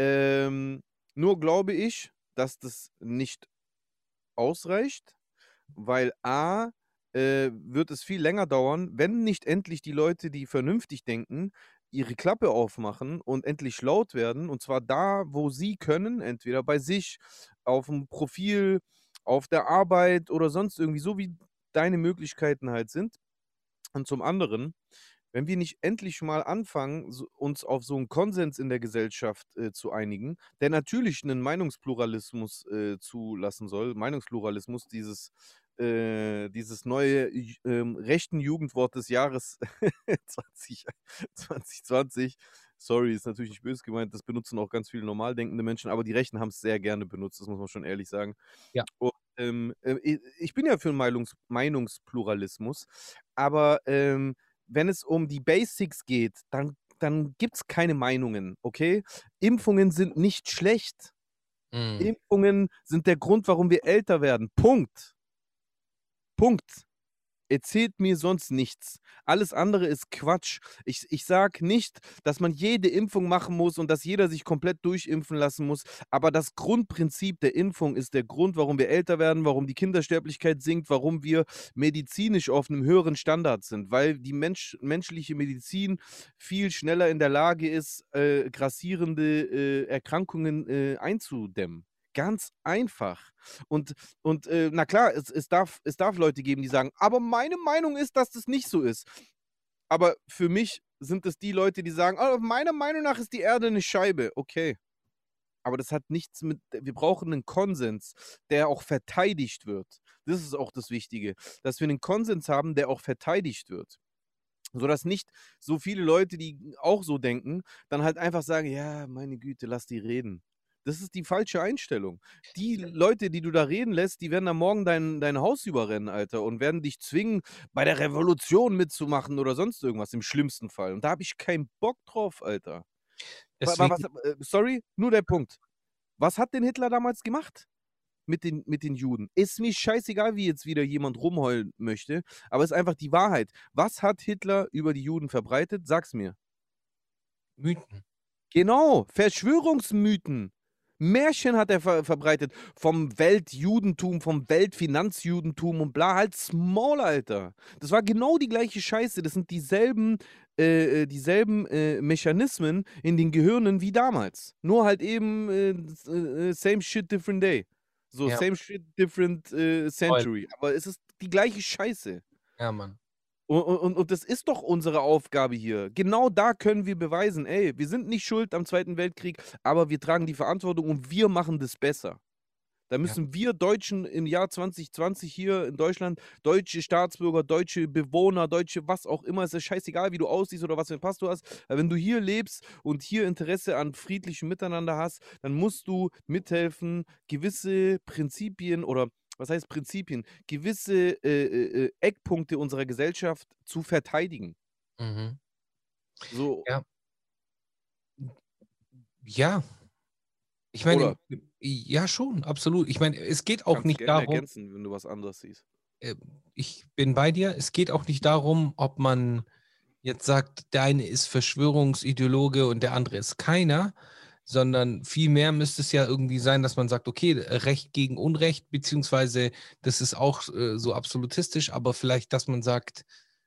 Nur glaube ich, dass das nicht ausreicht, weil A, wird es viel länger dauern, wenn nicht endlich die Leute, die vernünftig denken, ihre Klappe aufmachen und endlich laut werden. Und zwar da, wo sie können, entweder bei sich, auf dem Profil, auf der Arbeit oder sonst irgendwie, so wie deine Möglichkeiten halt sind. Und zum anderen, wenn wir nicht endlich mal anfangen, uns auf so einen Konsens in der Gesellschaft zu einigen, der natürlich einen Meinungspluralismus zulassen soll, Meinungspluralismus, dieses neue rechten Jugendwort des Jahres 20, 2020. Sorry, ist natürlich nicht böse gemeint, das benutzen auch ganz viele normal denkende Menschen, aber die Rechten haben es sehr gerne benutzt, das muss man schon ehrlich sagen. ja. Und, ich bin ja für einen Meinungspluralismus, aber wenn es um die Basics geht, dann gibt es keine Meinungen, okay? Impfungen sind nicht schlecht. Mm. Impfungen sind der Grund, warum wir älter werden. Punkt. Punkt. Erzählt mir sonst nichts. Alles andere ist Quatsch. Ich sage nicht, dass man jede Impfung machen muss und dass jeder sich komplett durchimpfen lassen muss. Aber das Grundprinzip der Impfung ist der Grund, warum wir älter werden, warum die Kindersterblichkeit sinkt, warum wir medizinisch auf einem höheren Standard sind. Weil die menschliche Medizin viel schneller in der Lage ist, grassierende Erkrankungen einzudämmen. Ganz einfach. Und na klar, es darf Leute geben, die sagen, aber meine Meinung ist, dass das nicht so ist. Aber für mich sind es die Leute, die sagen, oh, meiner Meinung nach ist die Erde eine Scheibe. Okay. Aber das hat nichts wir brauchen einen Konsens, der auch verteidigt wird. Das ist auch das Wichtige, dass wir einen Konsens haben, der auch verteidigt wird. Sodass nicht so viele Leute, die auch so denken, dann halt einfach sagen, ja, meine Güte, lass die reden. Das ist die falsche Einstellung. Die Leute, die du da reden lässt, die werden dann morgen dein Haus überrennen, Alter, und werden dich zwingen, bei der Revolution mitzumachen oder sonst irgendwas, im schlimmsten Fall. Und da habe ich keinen Bock drauf, Alter. Deswegen, Sorry, nur der Punkt. Was hat denn Hitler damals gemacht mit den Juden? Ist mir scheißegal, wie jetzt wieder jemand rumheulen möchte, aber es ist einfach die Wahrheit. Was hat Hitler über die Juden verbreitet? Sag's mir. Mythen. Genau, Verschwörungsmythen. Märchen hat er verbreitet vom Weltjudentum, vom Weltfinanzjudentum und bla, halt Small, Alter. Das war genau die gleiche Scheiße. Das sind dieselben Mechanismen in den Gehirnen wie damals. Nur halt eben same shit, different day. So, Ja, same shit, different voll. century. Aber es ist die gleiche Scheiße. Ja, Mann. Und das ist doch unsere Aufgabe hier. Genau da können wir beweisen, ey, wir sind nicht schuld am Zweiten Weltkrieg, aber wir tragen die Verantwortung und wir machen das besser. Da Ja. müssen wir Deutschen im Jahr 2020 hier in Deutschland, deutsche Staatsbürger, deutsche Bewohner, deutsche was auch immer, es ist scheißegal, wie du aussiehst oder was für einen Pass du hast, aber wenn du hier lebst und hier Interesse an friedlichem Miteinander hast, dann musst du mithelfen, gewisse Prinzipien oder was heißt Prinzipien, gewisse Eckpunkte unserer Gesellschaft zu verteidigen. Mhm. So, Ja. Ja, ich meine, oder? ja schon, absolut. Ich meine, es geht auch Kannst nicht gerne darum, ergänzen, wenn du was anderes siehst. ich bin bei dir, es geht auch nicht darum, ob man jetzt sagt, der eine ist Verschwörungsideologe und der andere ist keiner, sondern vielmehr müsste es ja irgendwie sein, dass man sagt, okay, Recht gegen Unrecht, beziehungsweise das ist auch so absolutistisch, aber vielleicht, dass man sagt,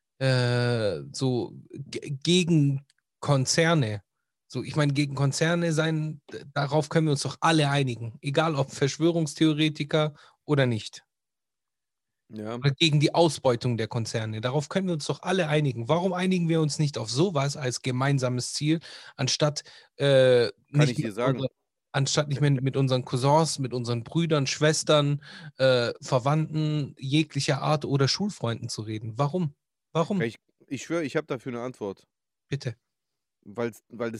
so gegen Konzerne. So, ich meine, gegen Konzerne sein, darauf können wir uns doch alle einigen, egal ob Verschwörungstheoretiker oder nicht. Ja, Oder gegen die Ausbeutung der Konzerne. Darauf können wir uns doch alle einigen. Warum einigen wir uns nicht auf sowas als gemeinsames Ziel, anstatt kann nicht ich mit dir sagen. anstatt nicht mehr mit unseren Cousins, mit unseren Brüdern, Schwestern, Verwandten jeglicher Art oder Schulfreunden zu reden? Warum? Warum? Ich schwöre, ich habe dafür eine Antwort. Bitte. Weil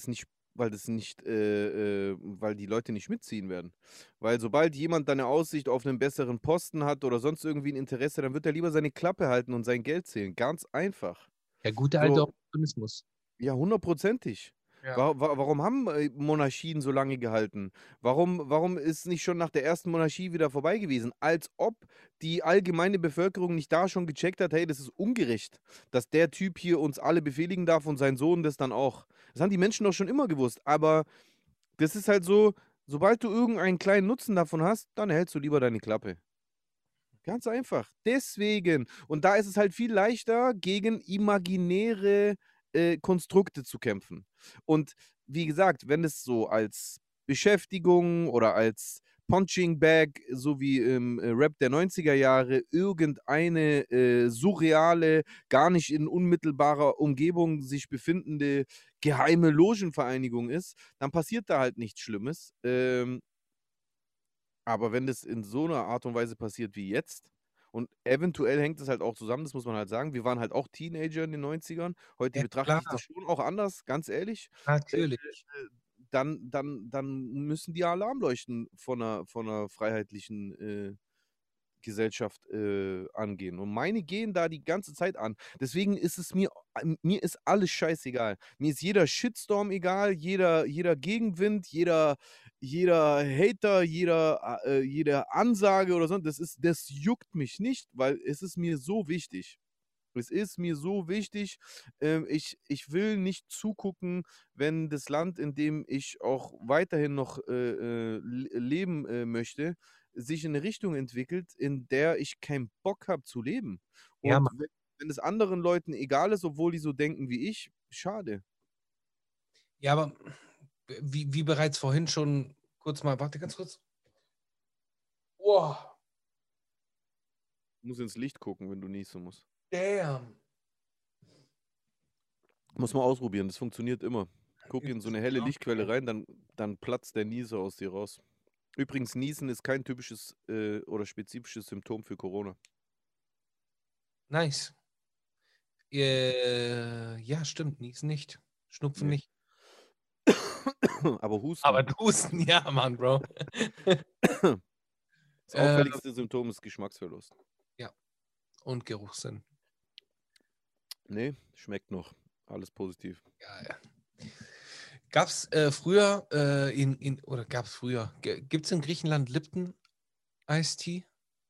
weil die Leute nicht mitziehen werden. Weil sobald jemand dann eine Aussicht auf einen besseren Posten hat oder sonst irgendwie ein Interesse, dann wird er lieber seine Klappe halten und sein Geld zählen. Ganz einfach. Der gute alte So, Opportunismus. ja, hundertprozentig. Ja. Warum haben Monarchien so lange gehalten? Warum ist nicht schon nach der ersten Monarchie wieder vorbei gewesen? Als ob die allgemeine Bevölkerung nicht da schon gecheckt hat, hey, das ist ungerecht, dass der Typ hier uns alle befehligen darf und sein Sohn das dann auch. Das haben die Menschen doch schon immer gewusst. Aber das ist halt so, sobald du irgendeinen kleinen Nutzen davon hast, dann hältst du lieber deine Klappe. Ganz einfach. Deswegen. Und da ist es halt viel leichter, gegen imaginäre Konstrukte zu kämpfen. Und wie gesagt, wenn es so als Beschäftigung oder als Punching Bag, so wie im Rap der 90er Jahre, irgendeine surreale, gar nicht in unmittelbarer Umgebung sich befindende geheime Logenvereinigung ist, dann passiert da halt nichts Schlimmes. Aber wenn das in so einer Art und Weise passiert wie jetzt, und eventuell hängt es halt auch zusammen, das muss man halt sagen, wir waren halt auch Teenager in den 90ern. Heute Ja, betrachte klar, ich das schon auch anders, ganz ehrlich. Äh, natürlich. dann müssen die Alarmleuchten von einer freiheitlichen Gesellschaft angehen. Und meine gehen da die ganze Zeit an. Deswegen ist es mir ist alles scheißegal. Mir ist jeder Shitstorm egal, jeder Gegenwind, jeder Hater, jede Ansage oder so. Das juckt mich nicht, weil es ist mir so wichtig. Es ist mir so wichtig. Ich will nicht zugucken, wenn das Land, in dem ich auch weiterhin noch leben möchte, sich in eine Richtung entwickelt, in der ich keinen Bock habe zu leben. Ja, Und Mann. wenn es anderen Leuten egal ist, obwohl die so denken wie ich, schade. Ja, aber wie bereits vorhin schon kurz mal, warte ganz kurz. Wow, Du musst ins Licht gucken, wenn du niesen musst. damn. Muss man ausprobieren, das funktioniert immer. Guck in so eine helle Lichtquelle rein, dann platzt der Nieser aus dir raus. Übrigens, Niesen ist kein typisches oder spezifisches Symptom für Corona. Nice. Ja, stimmt, Niesen nicht. Schnupfen Nee. nicht. Aber Husten. Aber Husten, ja, Mann, Bro. Das auffälligste Symptom ist Geschmacksverlust. Ja, und Geruchssinn. Nee, schmeckt noch. Alles positiv. Ja, ja. Gab es früher oder gab es früher, gibt es in Griechenland Lipton Iced Tea?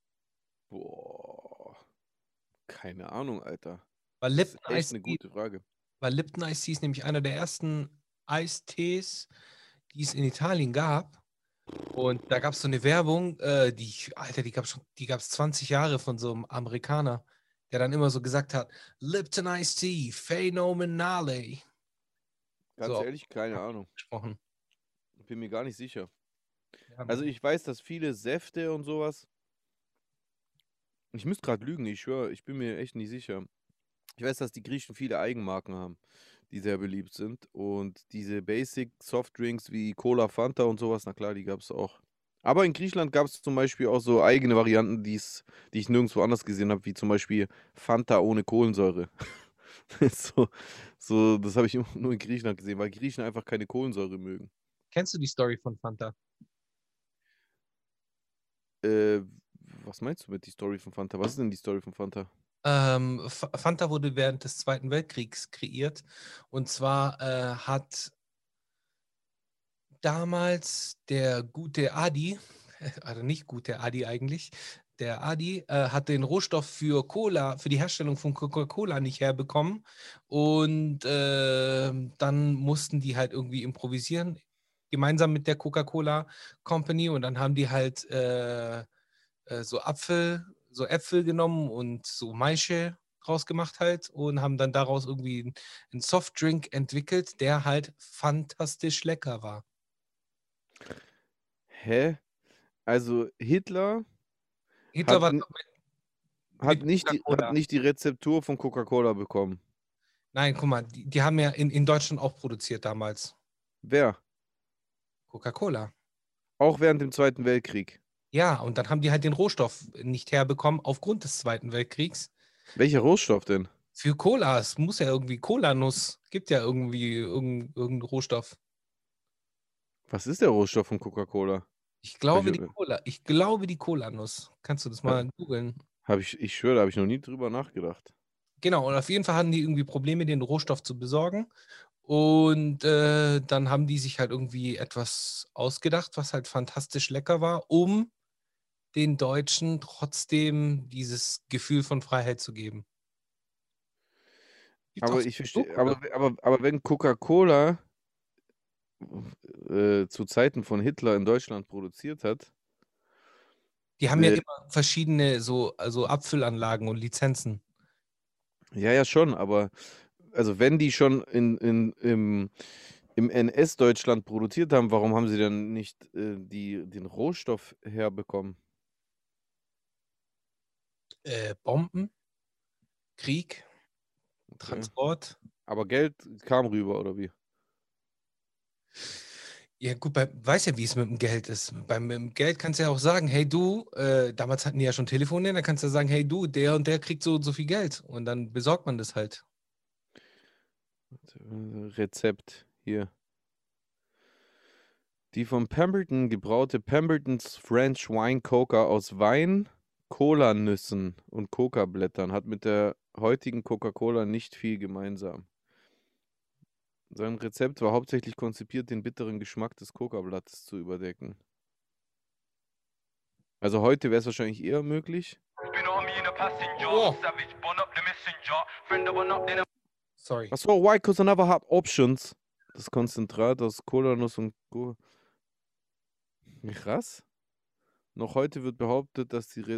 Boah. Keine Ahnung, Alter. Weil Das ist Lipton echt Iced eine Tea, gute Frage. weil Lipton Iced Tea ist nämlich einer der ersten Eistees, die es in Italien gab. Und da gab es so eine Werbung, Alter, die gab es 20 Jahre von so einem Amerikaner, der dann immer so gesagt hat, Lipton Iced Tea, phänomenale. Ganz So ehrlich, keine Ahnung. gesprochen. Bin mir gar nicht sicher. Ja, Also ich weiß, dass viele Säfte und sowas. Ich müsste gerade lügen, ich schwöre, ich bin mir echt nicht sicher. Ich weiß, dass die Griechen viele Eigenmarken haben, die sehr beliebt sind. Und diese Basic Softdrinks wie Cola, Fanta und sowas, na klar, die gab es auch. Aber in Griechenland gab es zum Beispiel auch so eigene Varianten, die ich nirgendwo anders gesehen habe, wie zum Beispiel Fanta ohne Kohlensäure. So, das habe ich immer nur in Griechenland gesehen, weil Griechen einfach keine Kohlensäure mögen. Kennst du die Story von Fanta? Äh, Was meinst du mit die Story von Fanta? Was ist denn die Story von Fanta? Fanta wurde während des Zweiten Weltkriegs kreiert. Und zwar hat damals der gute Adi, also nicht gute Adi eigentlich, der Adi hat den Rohstoff für Cola, für die Herstellung von Coca-Cola nicht herbekommen. Und dann mussten die halt irgendwie improvisieren, gemeinsam mit der Coca-Cola Company. Und dann haben die halt so Äpfel genommen und so Maische draus gemacht halt und haben dann daraus irgendwie einen Softdrink entwickelt, der halt fantastisch lecker war. Hä? Also Hitler Hitler hat, war n- mit hat Coca-Cola. nicht die Rezeptur von Coca-Cola bekommen. Nein, guck mal, die haben ja in Deutschland auch produziert damals. Wer? Coca-Cola. Auch während dem Zweiten Weltkrieg. Ja, und dann haben die halt den Rohstoff nicht herbekommen aufgrund des Zweiten Weltkriegs. Welcher Rohstoff denn? Für Cola, es muss ja irgendwie Cola-Nuss, gibt ja irgendwie irgendeinen Rohstoff. Was ist der Rohstoff von Coca-Cola? Ich Hab glaube ich, die Cola, ich glaube die Cola-Nuss. Kannst du das mal googeln? ich schwöre, da habe ich noch nie drüber nachgedacht. Genau, und auf jeden Fall hatten die irgendwie Probleme, den Rohstoff zu besorgen. Und dann haben die sich halt irgendwie etwas ausgedacht, was halt fantastisch lecker war, um den Deutschen trotzdem dieses Gefühl von Freiheit zu geben. Gibt's auch Aber so ich verstehe, Doku. aber wenn Coca-Cola zu Zeiten von Hitler in Deutschland produziert hat, Die haben ja äh, immer verschiedene so also Abfüllanlagen und Lizenzen. ja, ja schon, aber also wenn die schon im NS-Deutschland produziert haben, warum haben sie dann nicht den Rohstoff herbekommen? Bomben, Krieg, Okay. Transport. Aber Geld kam rüber, oder wie? Ja, gut, weiß ja, wie es mit dem Geld ist. Mit dem Geld kannst du ja auch sagen, hey du, damals hatten die ja schon Telefone, dann kannst du ja sagen, hey du, der und der kriegt so und so viel Geld. Und dann besorgt man das halt. Rezept hier. Die von Pemberton gebraute Pembertons French Wine Coca aus Wein, Cola-Nüssen und Coca-Blättern hat mit der heutigen Coca-Cola nicht viel gemeinsam. Sein Rezept war hauptsächlich konzipiert, den bitteren Geschmack des Coca-Blattes zu überdecken. Also heute wäre es wahrscheinlich eher möglich. Oh, sorry. Achso, why? Because I never had options. Das Konzentrat aus Cola-Nuss und Krass. Noch heute wird behauptet,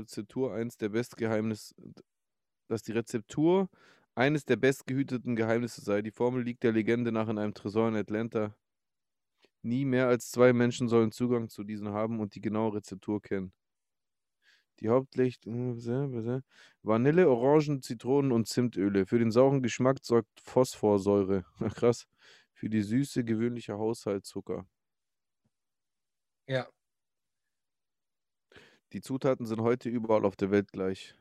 dass die Rezeptur eines der bestgehüteten Geheimnisse sei. Die Formel liegt der Legende nach in einem Tresor in Atlanta. Nie mehr als 2 Menschen sollen Zugang zu diesen haben und die genaue Rezeptur kennen. Die Hauptlicht Vanille, Orangen, Zitronen und Zimtöle. Für den sauren Geschmack sorgt Phosphorsäure. Ach, krass. Für die Süße gewöhnlicher Haushaltszucker. Ja, Die Zutaten sind heute überall auf der Welt gleich.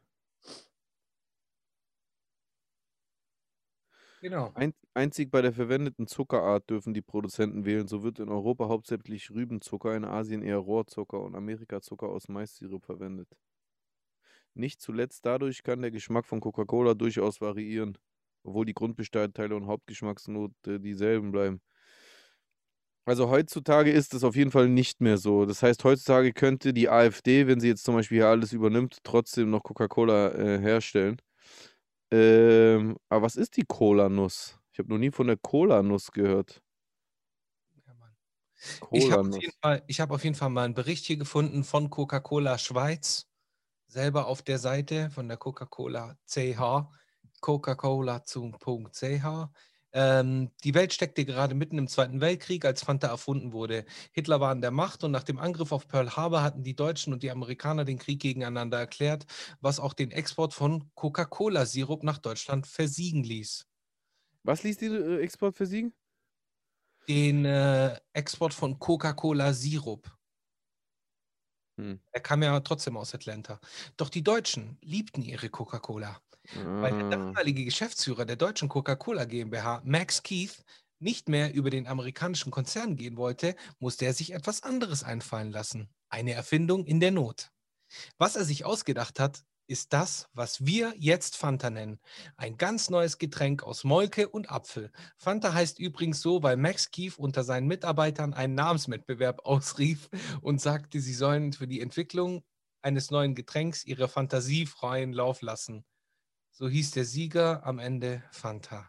genau. Einzig bei der verwendeten Zuckerart dürfen die Produzenten wählen. So wird in Europa hauptsächlich Rübenzucker, in Asien eher Rohrzucker und Amerikazucker aus Maissirup verwendet. Nicht zuletzt dadurch kann der Geschmack von Coca-Cola durchaus variieren, obwohl die Grundbestandteile und Hauptgeschmacksnote dieselben bleiben. Also heutzutage ist es auf jeden Fall nicht mehr so. Das heißt, heutzutage könnte die AfD, wenn sie jetzt zum Beispiel hier alles übernimmt, trotzdem noch Coca-Cola herstellen. Aber was ist die Cola-Nuss? Ich habe noch nie von der Cola-Nuss gehört. Ja, Mann. Cola-Nuss. Ich habe auf jeden Fall mal einen Bericht hier gefunden von Coca-Cola Schweiz, selber auf der Seite von der Coca-Cola CH, coca-cola.ch. Die Welt steckte gerade mitten im Zweiten Weltkrieg, als Fanta erfunden wurde. Hitler war an der Macht und nach dem Angriff auf Pearl Harbor hatten die Deutschen und die Amerikaner den Krieg gegeneinander erklärt, was auch den Export von Coca-Cola-Sirup nach Deutschland versiegen ließ. Was ließ die Export versiegen? Den Export von Coca-Cola-Sirup. Hm. Er kam ja trotzdem aus Atlanta. Doch die Deutschen liebten ihre Coca-Cola. Weil der Ah. damalige Geschäftsführer der deutschen Coca-Cola GmbH, Max Keith, nicht mehr über den amerikanischen Konzern gehen wollte, musste er sich etwas anderes einfallen lassen. Eine Erfindung in der Not. Was er sich ausgedacht hat, ist das, was wir jetzt Fanta nennen. Ein ganz neues Getränk aus Molke und Apfel. Fanta heißt übrigens so, weil Max Keith unter seinen Mitarbeitern einen Namenswettbewerb ausrief und sagte, sie sollen für die Entwicklung eines neuen Getränks ihre Fantasie freien Lauf lassen. So hieß der Sieger am Ende Fanta.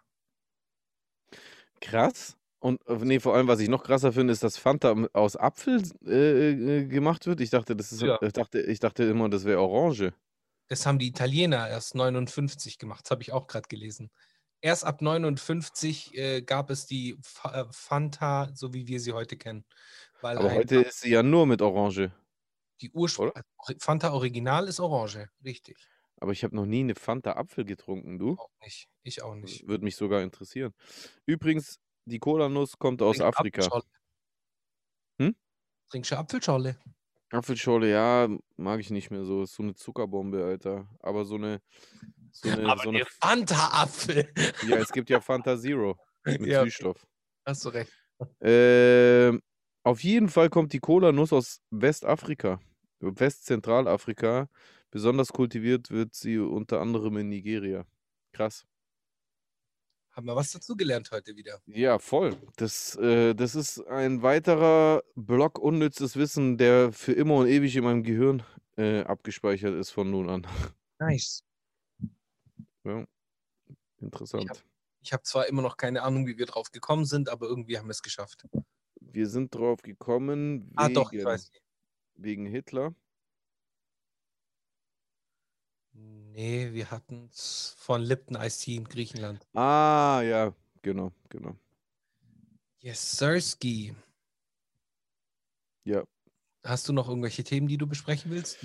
Krass. Und nee, vor allem, was ich noch krasser finde, ist, dass Fanta aus Apfel gemacht wird. Ich dachte, das ist, Ja. ich dachte immer, das wäre Orange. Das haben die Italiener erst 59 gemacht. Das habe ich auch gerade gelesen. Erst ab 59 gab es die Fanta, so wie wir sie heute kennen. Weil Aber heute ist sie ja nur mit Orange. die Fanta Original ist Orange, richtig. Aber ich habe noch nie eine Fanta Apfel getrunken, du? Auch nicht. Ich auch nicht. Würde mich sogar interessieren. Übrigens, die Cola-Nuss kommt aus Trink Afrika. Apfelschorle. Hm? Trinkst du Apfelschorle? Apfelschorle, ja, mag ich nicht mehr so. Ist so eine Zuckerbombe, Alter. Aber so eine Fanta-Apfel. Ja, es gibt ja Fanta Zero mit Ja, Süßstoff. hast du recht. Auf jeden Fall kommt die Cola-Nuss aus Westafrika, Westzentralafrika. Besonders kultiviert wird sie unter anderem in Nigeria. Krass. Haben wir was dazugelernt heute wieder? Ja, voll. Das ist ein weiterer Block unnützes Wissen, der für immer und ewig in meinem Gehirn abgespeichert ist von nun an. Nice. Ja, interessant. Ich habe zwar immer noch keine Ahnung, wie wir drauf gekommen sind, aber irgendwie haben wir es geschafft. Wir sind drauf gekommen Doch, ich weiß nicht. wegen Hitler. Nee, wir hatten es von Lipton Ice Tea in Griechenland. Ah, ja, genau. Yes, Sirski. Ja. Hast du noch irgendwelche Themen, die du besprechen willst?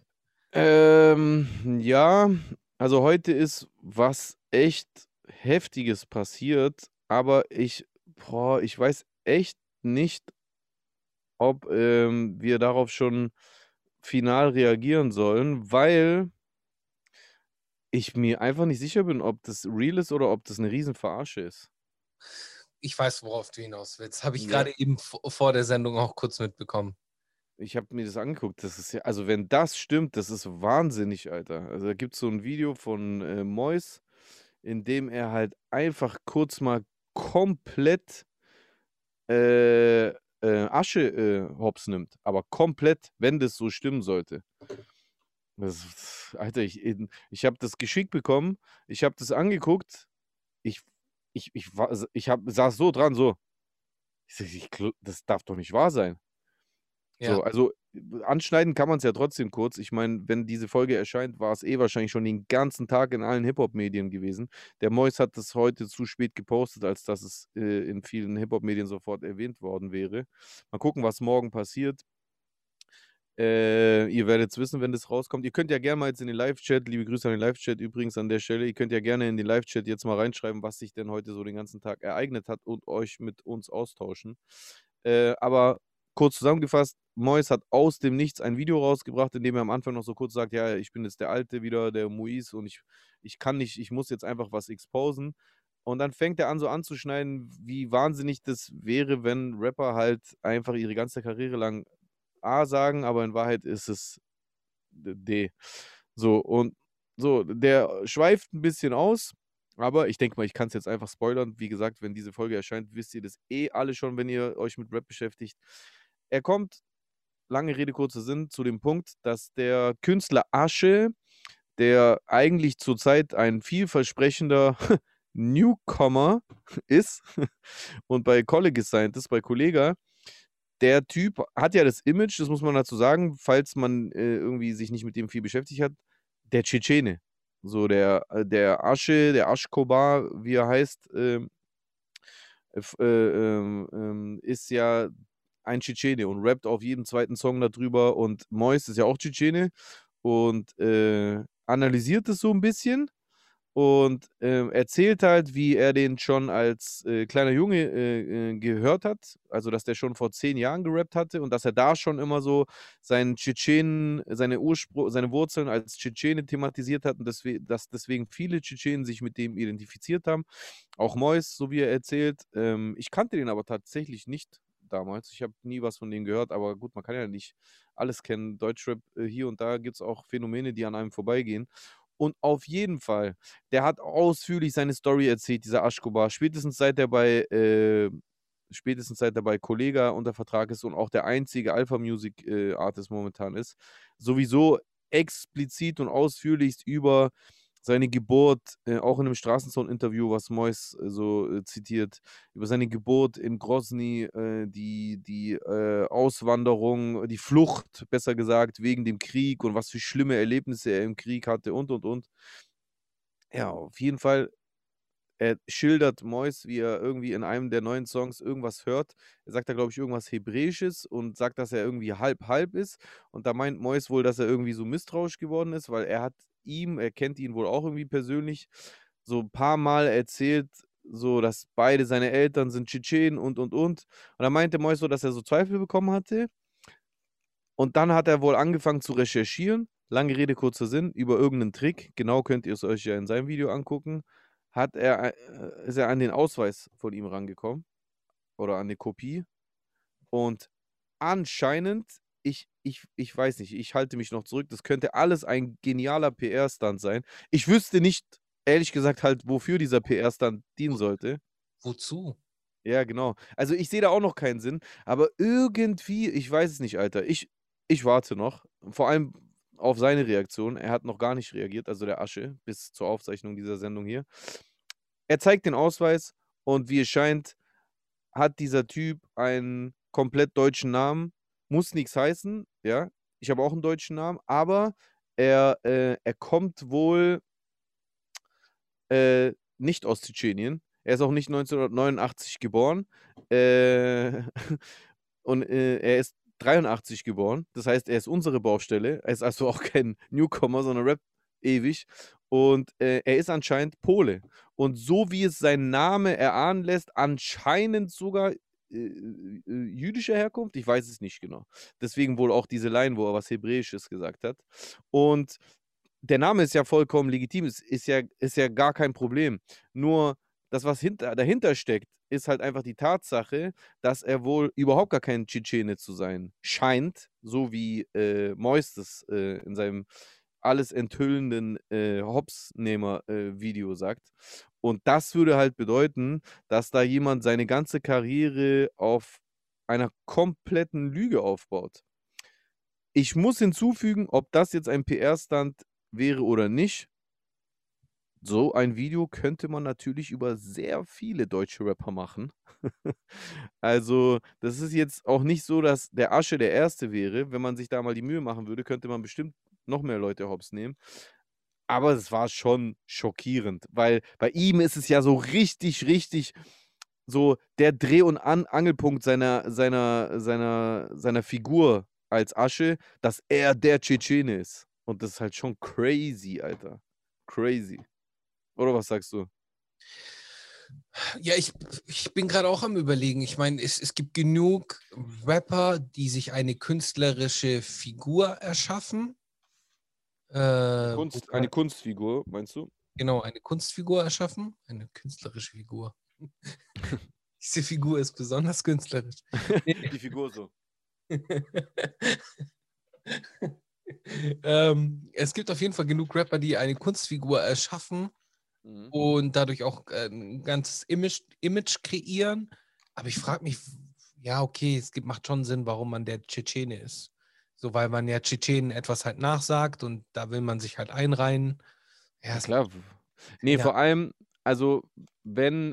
Ja, also heute ist was echt Heftiges passiert, aber ich weiß echt nicht, ob wir darauf schon final reagieren sollen, weil ich mir einfach nicht sicher bin, ob das real ist oder ob das eine Riesenverarsche ist. Ich weiß, worauf du hinaus willst. Habe ich Ja. gerade eben vor der Sendung auch kurz mitbekommen. Ich habe mir das angeguckt. Das ist ja, also wenn das stimmt, das ist wahnsinnig, Alter. Also da gibt es so ein Video von Mois, in dem er halt einfach kurz mal komplett Asche hops nimmt. Aber komplett, wenn das so stimmen sollte. Alter, ich habe das geschickt bekommen, ich habe das angeguckt, ich saß so dran, so. Das darf doch nicht wahr sein. Ja. So, also anschneiden kann man es ja trotzdem kurz. Ich meine, wenn diese Folge erscheint, war es wahrscheinlich schon den ganzen Tag in allen Hip-Hop-Medien gewesen. Der Mois hat das heute zu spät gepostet, als dass es in vielen Hip-Hop-Medien sofort erwähnt worden wäre. Mal gucken, was morgen passiert. Ihr werdet es wissen, wenn das rauskommt. Ihr könnt ja gerne mal jetzt in den Live-Chat, liebe Grüße an den Live-Chat übrigens an der Stelle, ihr könnt ja gerne in den Live-Chat jetzt mal reinschreiben, was sich denn heute so den ganzen Tag ereignet hat und euch mit uns austauschen. Aber kurz zusammengefasst, Mois hat aus dem Nichts ein Video rausgebracht, in dem er am Anfang noch so kurz sagt, ja, ich bin jetzt der Alte wieder, der Mois und ich kann nicht, ich muss jetzt einfach was exposen. Und dann fängt er an so anzuschneiden, wie wahnsinnig das wäre, wenn Rapper halt einfach ihre ganze Karriere lang A sagen, aber in Wahrheit ist es D. So, und so, der schweift ein bisschen aus, aber ich denke mal, ich kann es jetzt einfach spoilern. Wie gesagt, wenn diese Folge erscheint, wisst ihr das alle schon, wenn ihr euch mit Rap beschäftigt. Er kommt, lange Rede, kurzer Sinn, zu dem Punkt, dass der Künstler Asche, der eigentlich zurzeit ein vielversprechender Newcomer ist und bei Kollega gesigned ist, bei Kollega, der Typ hat ja das Image, das muss man dazu sagen, falls man irgendwie sich nicht mit dem viel beschäftigt hat, der Tschetschene. So der Asche, der Aschkobar, wie er heißt, ist ja ein Tschetschene und rappt auf jedem zweiten Song darüber. Und Mois ist ja auch Tschetschene und analysiert es so ein bisschen und erzählt halt, wie er den schon als kleiner Junge gehört hat. Also, dass der schon vor 10 Jahren gerappt hatte und dass er da schon immer so seinen Tschetschenen, seine Wurzeln als Tschetschene thematisiert hat und dass deswegen viele Tschetschenen sich mit dem identifiziert haben. Auch Mois, so wie er erzählt. Ich kannte den aber tatsächlich nicht damals. Ich habe nie was von dem gehört, aber gut, man kann ja nicht alles kennen. Deutschrap, hier und da gibt es auch Phänomene, die an einem vorbeigehen. Und auf jeden Fall, der hat ausführlich seine Story erzählt, dieser Aschkobar. Spätestens seit er bei Kollega unter Vertrag ist und auch der einzige Alpha Music Artist momentan ist, sowieso explizit und ausführlichst über seine Geburt, auch in einem Straßensound-Interview, was Mois zitiert, über seine Geburt in Grosny, die Auswanderung, die Flucht, besser gesagt, wegen dem Krieg und was für schlimme Erlebnisse er im Krieg hatte und. Ja, auf jeden Fall, er schildert Mois, wie er irgendwie in einem der neuen Songs irgendwas hört. Er sagt da, glaube ich, irgendwas Hebräisches und sagt, dass er irgendwie halb-halb ist. Und da meint Mois wohl, dass er irgendwie so misstrauisch geworden ist, weil er kennt ihn wohl auch irgendwie persönlich, so ein paar Mal erzählt, so, dass beide seine Eltern sind Tschetschenen und. Und da meinte Mois so, dass er so Zweifel bekommen hatte. Und dann hat er wohl angefangen zu recherchieren. Lange Rede, kurzer Sinn, über irgendeinen Trick. Genau könnt ihr es euch ja in seinem Video angucken. Ist er an den Ausweis von ihm rangekommen oder an die Kopie. Und anscheinend, ich weiß nicht, ich halte mich noch zurück. Das könnte alles ein genialer PR-Stunt sein. Ich wüsste nicht, ehrlich gesagt, halt, wofür dieser PR-Stunt dienen sollte. Wozu? Ja, genau. Also ich sehe da auch noch keinen Sinn, aber irgendwie, ich weiß es nicht, Alter. Ich warte noch. Vor allem auf seine Reaktion. Er hat noch gar nicht reagiert, also der Asche, bis zur Aufzeichnung dieser Sendung hier. Er zeigt den Ausweis und wie es scheint, hat dieser Typ einen komplett deutschen Namen. Muss nichts heißen, ja. Ich habe auch einen deutschen Namen, aber er kommt wohl nicht aus Tschetschenien. Er ist auch nicht 1989 geboren. Und er ist 83 geboren. Das heißt, er ist unsere Baustelle. Er ist also auch kein Newcomer, sondern rappt ewig. Und er ist anscheinend Pole. Und so wie es sein Name erahnen lässt, anscheinend sogar jüdischer Herkunft. Ich weiß es nicht genau. Deswegen wohl auch diese Line, wo er was Hebräisches gesagt hat. Und der Name ist ja vollkommen legitim, ist ja gar kein Problem. Nur das, was dahinter steckt, ist halt einfach die Tatsache, dass er wohl überhaupt gar kein Tschetschene zu sein scheint, so wie Mois das in seinem alles enthüllenden Hopsnehmer-Video sagt. Und das würde halt bedeuten, dass da jemand seine ganze Karriere auf einer kompletten Lüge aufbaut. Ich muss hinzufügen, ob das jetzt ein PR-Stunt wäre oder nicht. So ein Video könnte man natürlich über sehr viele deutsche Rapper machen. Also, das ist jetzt auch nicht so, dass der Asche der Erste wäre. Wenn man sich da mal die Mühe machen würde, könnte man bestimmt noch mehr Leute hops nehmen. Aber es war schon schockierend, weil bei ihm ist es ja so richtig so der Dreh- und Angelpunkt seiner Figur als Asche, dass er der Tschetschene ist. Und das ist halt schon crazy, Alter. Crazy. Oder was sagst du? Ja, ich bin gerade auch am Überlegen. Ich meine, es gibt genug Rapper, die sich eine künstlerische Figur erschaffen. Eine Kunstfigur, meinst du? Genau, eine Kunstfigur erschaffen. Eine künstlerische Figur. Diese Figur ist besonders künstlerisch. Die Figur so. Es gibt auf jeden Fall genug Rapper, die eine Kunstfigur erschaffen und dadurch auch ein ganzes Image kreieren. Aber ich frage mich, ja, okay, macht schon Sinn, warum man der Tschetschene ist. So, weil man ja Tschetschenen etwas halt nachsagt und da will man sich halt einreihen. Ja, Ja, klar. Nee, ja. vor allem, also, wenn,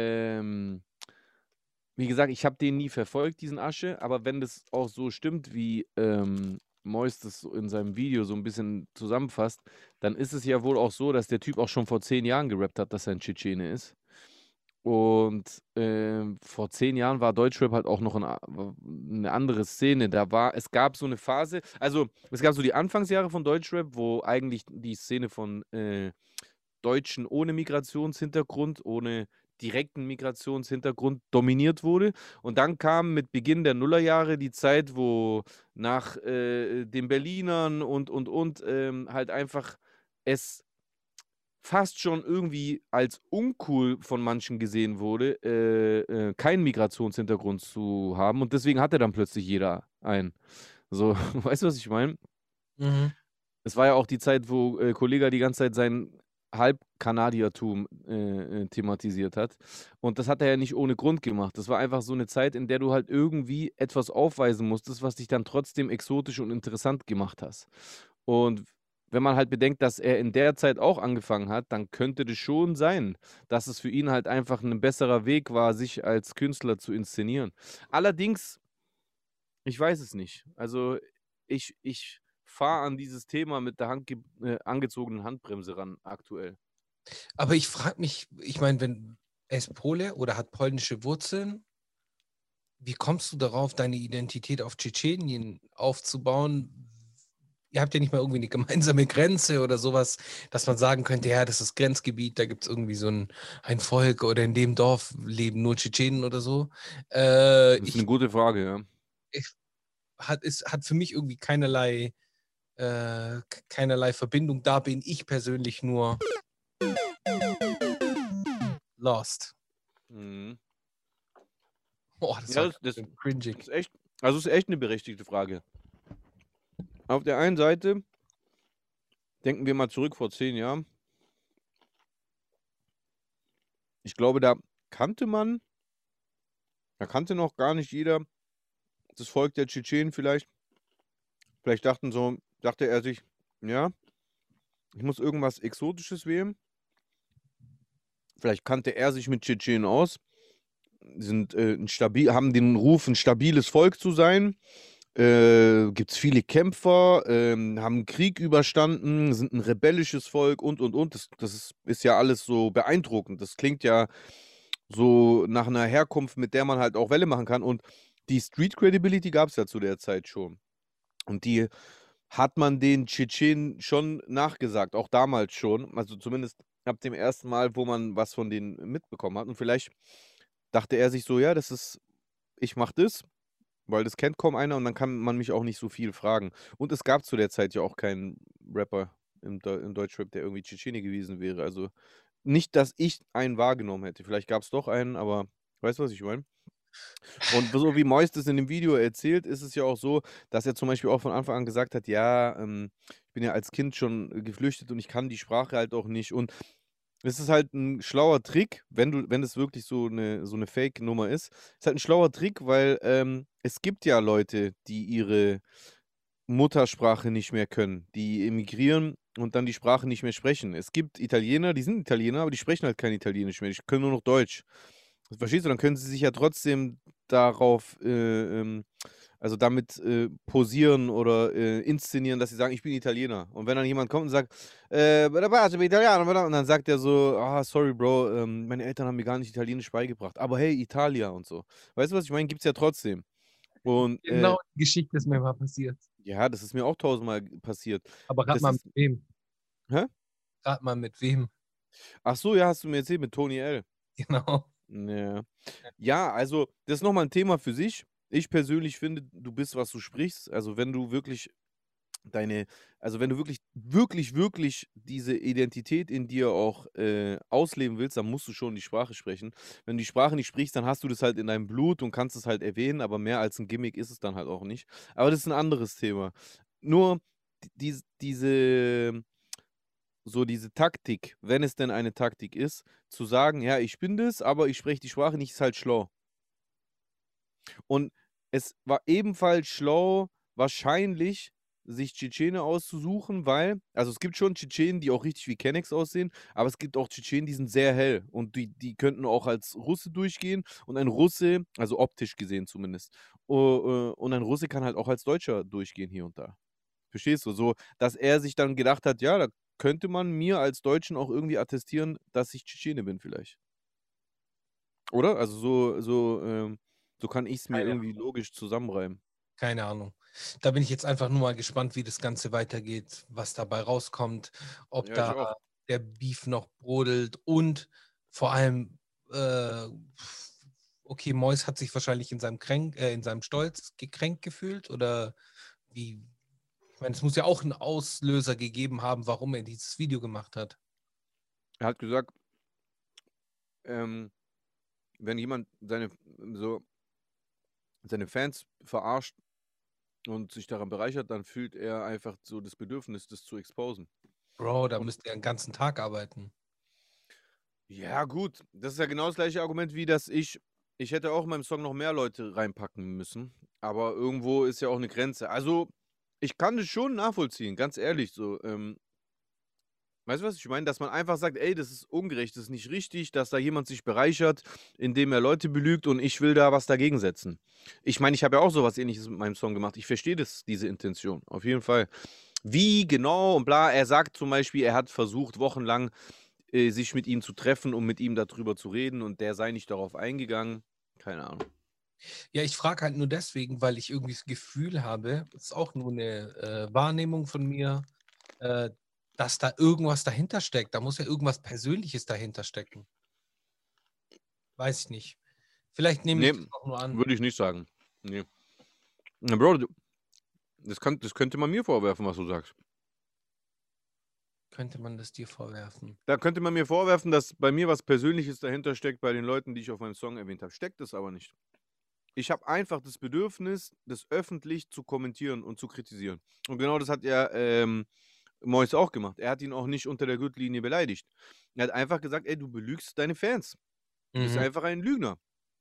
wie gesagt, ich habe den nie verfolgt, diesen Asche, aber wenn das auch so stimmt, wie Mois das so in seinem Video so ein bisschen zusammenfasst, dann ist es ja wohl auch so, dass der Typ auch schon vor 10 Jahren gerappt hat, dass er ein Tschetschene ist. Und vor 10 Jahren war Deutschrap halt auch noch eine andere Szene. Es gab so eine Phase, also es gab so die Anfangsjahre von Deutschrap, wo eigentlich die Szene von Deutschen ohne Migrationshintergrund, ohne direkten Migrationshintergrund dominiert wurde. Und dann kam mit Beginn der Nullerjahre die Zeit, wo nach den Berlinern und halt einfach es fast schon irgendwie als uncool von manchen gesehen wurde, keinen Migrationshintergrund zu haben. Und deswegen hatte dann plötzlich jeder einen. So, weißt du, was ich meine? Mhm. Es war ja auch die Zeit, wo Kollega die ganze Zeit sein Halbkanadiertum thematisiert hat. Und das hat er ja nicht ohne Grund gemacht. Das war einfach so eine Zeit, in der du halt irgendwie etwas aufweisen musstest, was dich dann trotzdem exotisch und interessant gemacht hast. Und wenn man halt bedenkt, dass er in der Zeit auch angefangen hat, dann könnte das schon sein, dass es für ihn halt einfach ein besserer Weg war, sich als Künstler zu inszenieren. Allerdings, ich weiß es nicht. Also ich fahre an dieses Thema mit der angezogenen Handbremse ran aktuell. Aber ich frage mich, ich meine, wenn er ist Pole oder hat polnische Wurzeln, wie kommst du darauf, deine Identität auf Tschetschenien aufzubauen? Ihr habt ja nicht mal irgendwie eine gemeinsame Grenze oder sowas, dass man sagen könnte, ja, das ist Grenzgebiet, da gibt es irgendwie so ein Volk oder in dem Dorf leben nur Tschetschenen oder so. Das ist eine Ich, gute Frage, ja. es hat für mich irgendwie keinerlei Verbindung. Da bin ich persönlich nur lost. Mhm. Boah, das Ja, war das, das ganz cringig. ist echt, also ist echt eine berechtigte Frage. Auf der einen Seite denken wir mal zurück vor 10 Jahren. Ich glaube, da kannte noch gar nicht jeder das Volk der Tschetschenen vielleicht. Vielleicht dachte er sich, ja, ich muss irgendwas Exotisches wählen. Vielleicht kannte er sich mit Tschetschenen aus, haben den Ruf, ein stabiles Volk zu sein. Gibt es viele Kämpfer, haben einen Krieg überstanden, sind ein rebellisches Volk und. Das ist ja alles so beeindruckend. Das klingt ja so nach einer Herkunft, mit der man halt auch Welle machen kann. Und die Street Credibility gab es ja zu der Zeit schon. Und die hat man den Tschetschenen schon nachgesagt, auch damals schon. Also zumindest ab dem ersten Mal, wo man was von denen mitbekommen hat. Und vielleicht dachte er sich so, ja, ich mach das, weil das kennt kaum einer und dann kann man mich auch nicht so viel fragen. Und es gab zu der Zeit ja auch keinen Rapper im Deutschrap, der irgendwie Tschetschene gewesen wäre. Also nicht, dass ich einen wahrgenommen hätte. Vielleicht gab es doch einen, aber weißt du, was ich meine? Und so wie Mois das in dem Video erzählt, ist es ja auch so, dass er zum Beispiel auch von Anfang an gesagt hat, ja, ich bin ja als Kind schon geflüchtet und ich kann die Sprache halt auch nicht. Und es ist halt ein schlauer Trick, wenn es wirklich so eine Fake-Nummer ist halt ein schlauer Trick, weil es gibt ja Leute, die ihre Muttersprache nicht mehr können, die emigrieren und dann die Sprache nicht mehr sprechen. Es gibt Italiener, die sind Italiener, aber die sprechen halt kein Italienisch mehr, die können nur noch Deutsch. Verstehst du? Dann können sie sich ja trotzdem darauf, also damit posieren oder inszenieren, dass sie sagen, ich bin Italiener. Und wenn dann jemand kommt und sagt, Italiano, und dann sagt er so, ah, sorry, Bro, meine Eltern haben mir gar nicht Italienisch beigebracht. Aber hey, Italia und so. Weißt du, was ich meine? Gibt es ja trotzdem. Und Genau die Geschichte ist mir mal passiert. ja, das ist mir auch 1000-mal passiert. Aber rat Das mal mit ist, wem? hä? Rat mal mit wem? Ach so, ja, hast du mir erzählt mit Tony L. Genau. Ja. Ja, also das ist nochmal ein Thema für sich. Ich persönlich finde, du bist, was du sprichst. Also wenn du wirklich wenn du wirklich, wirklich, wirklich diese Identität in dir auch ausleben willst, dann musst du schon die Sprache sprechen. Wenn du die Sprache nicht sprichst, dann hast du das halt in deinem Blut und kannst es halt erwähnen, aber mehr als ein Gimmick ist es dann halt auch nicht. Aber das ist ein anderes Thema. Nur diese Taktik, wenn es denn eine Taktik ist, zu sagen, ja, ich bin das, aber ich spreche die Sprache nicht, ist halt schlau. Und es war ebenfalls schlau, wahrscheinlich sich Tschetschene auszusuchen, also es gibt schon Tschetschenen, die auch richtig wie Kennex aussehen, aber es gibt auch Tschetschenen, die sind sehr hell und die könnten auch als Russe durchgehen und ein Russe, also optisch gesehen zumindest, und ein Russe kann halt auch als Deutscher durchgehen hier und da. Verstehst du? So, dass er sich dann gedacht hat, ja, da könnte man mir als Deutschen auch irgendwie attestieren, dass ich Tschetschene bin vielleicht. Oder? Also so kann ich es mir Keine, irgendwie logisch zusammenreimen. keine Ahnung. Da bin ich jetzt einfach nur mal gespannt, wie das Ganze weitergeht, was dabei rauskommt, ob Ja, ich da auch. der Beef noch brodelt und vor allem, äh, okay, Mois hat sich wahrscheinlich in seinem Stolz gekränkt gefühlt oder wie? Ich meine, es muss ja auch einen Auslöser gegeben haben, warum er dieses Video gemacht hat. Er hat gesagt, wenn jemand seine Fans verarscht und sich daran bereichert, dann fühlt er einfach so das Bedürfnis, das zu exposen. Bro, da Und müsste er einen ganzen Tag arbeiten. ja, gut, das ist ja genau das gleiche Argument, wie dass ich hätte auch in meinem Song noch mehr Leute reinpacken müssen, aber irgendwo ist ja auch eine Grenze. Also, ich kann das schon nachvollziehen, ganz ehrlich, so, weißt du, was ich meine? Dass man einfach sagt: „Ey, das ist ungerecht, das ist nicht richtig, dass da jemand sich bereichert, indem er Leute belügt und ich will da was dagegen setzen.“ Ich meine, ich habe ja auch so was Ähnliches mit meinem Song gemacht. Ich verstehe diese Intention, auf jeden Fall. Wie genau und bla, er sagt zum Beispiel, er hat versucht, wochenlang, sich mit ihm zu treffen, um mit ihm darüber zu reden und der sei nicht darauf eingegangen. Keine Ahnung. Ja, ich frage halt nur deswegen, weil ich irgendwie das Gefühl habe, das ist auch nur eine Wahrnehmung von mir, äh, dass da irgendwas dahinter steckt. Da muss ja irgendwas Persönliches dahinter stecken. Weiß ich nicht. Vielleicht nehme ich das Ne, auch nur an. würde ich nicht sagen. Ne. Na, Bro, das könnte man mir vorwerfen, was du sagst. Könnte man das dir vorwerfen? Da könnte man mir vorwerfen, dass bei mir was Persönliches dahinter steckt bei den Leuten, die ich auf meinem Song erwähnt habe. Steckt es aber nicht. Ich habe einfach das Bedürfnis, das öffentlich zu kommentieren und zu kritisieren. Und genau das hat ja Mois auch gemacht. Er hat ihn auch nicht unter der Gürtellinie beleidigt. Er hat einfach gesagt, ey, du belügst deine Fans. Du bist Mhm. einfach ein Lügner.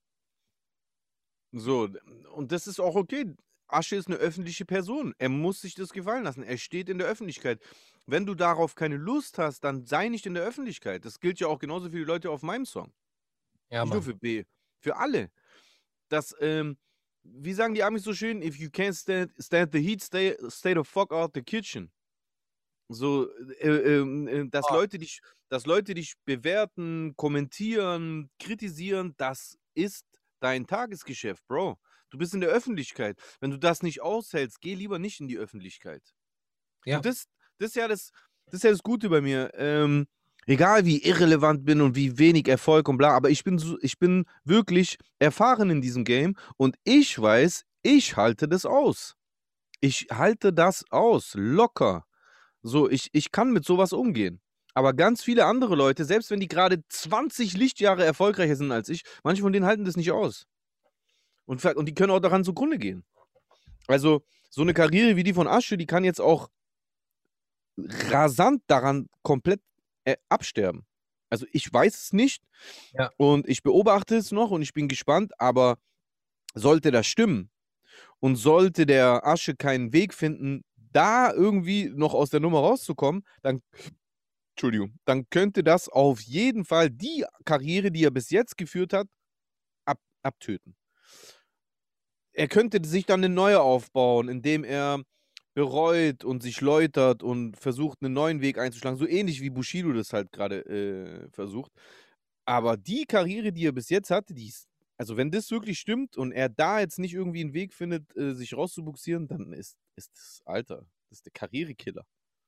So, und das ist auch okay. Asche ist eine öffentliche Person. Er muss sich das gefallen lassen. Er steht in der Öffentlichkeit. Wenn du darauf keine Lust hast, dann sei nicht in der Öffentlichkeit. Das gilt ja auch genauso für die Leute auf meinem Song. Ja, Nicht nur Mann. für B, für alle. Das, wie sagen die Amis so schön, if you can't stand the heat, stay the fuck out the kitchen. So, Oh, dass Leute dich bewerten, kommentieren, kritisieren, das ist dein Tagesgeschäft, Bro. Du bist in der Öffentlichkeit. Wenn du das nicht aushältst, geh lieber nicht in die Öffentlichkeit. ja, Und das ist ja das Gute bei mir. Egal wie irrelevant bin und wie wenig Erfolg und bla, aber ich bin wirklich erfahren in diesem Game und ich weiß, ich halte das aus. Ich halte das aus, locker. So, ich kann mit sowas umgehen. Aber ganz viele andere Leute, selbst wenn die gerade 20 Lichtjahre erfolgreicher sind als ich, manche von denen halten das nicht aus. Und die können auch daran zugrunde gehen. Also, so eine Karriere wie die von Asche, die kann jetzt auch rasant daran komplett absterben. Also, ich weiß es nicht ja. und ich beobachte es noch und ich bin gespannt, aber sollte das stimmen und sollte der Asche keinen Weg finden, da irgendwie noch aus der Nummer rauszukommen, dann Entschuldigung, dann könnte das auf jeden Fall die Karriere, die er bis jetzt geführt hat, abtöten. Er könnte sich dann 'ne neue aufbauen, indem er bereut und sich läutert und versucht, einen neuen Weg einzuschlagen, so ähnlich wie Bushido das halt gerade versucht. Aber die Karriere, die er bis jetzt hatte, die ist also, wenn das wirklich stimmt und er da jetzt nicht irgendwie einen Weg findet, sich rauszubugsieren, dann ist das Alter, das ist der Karrierekiller.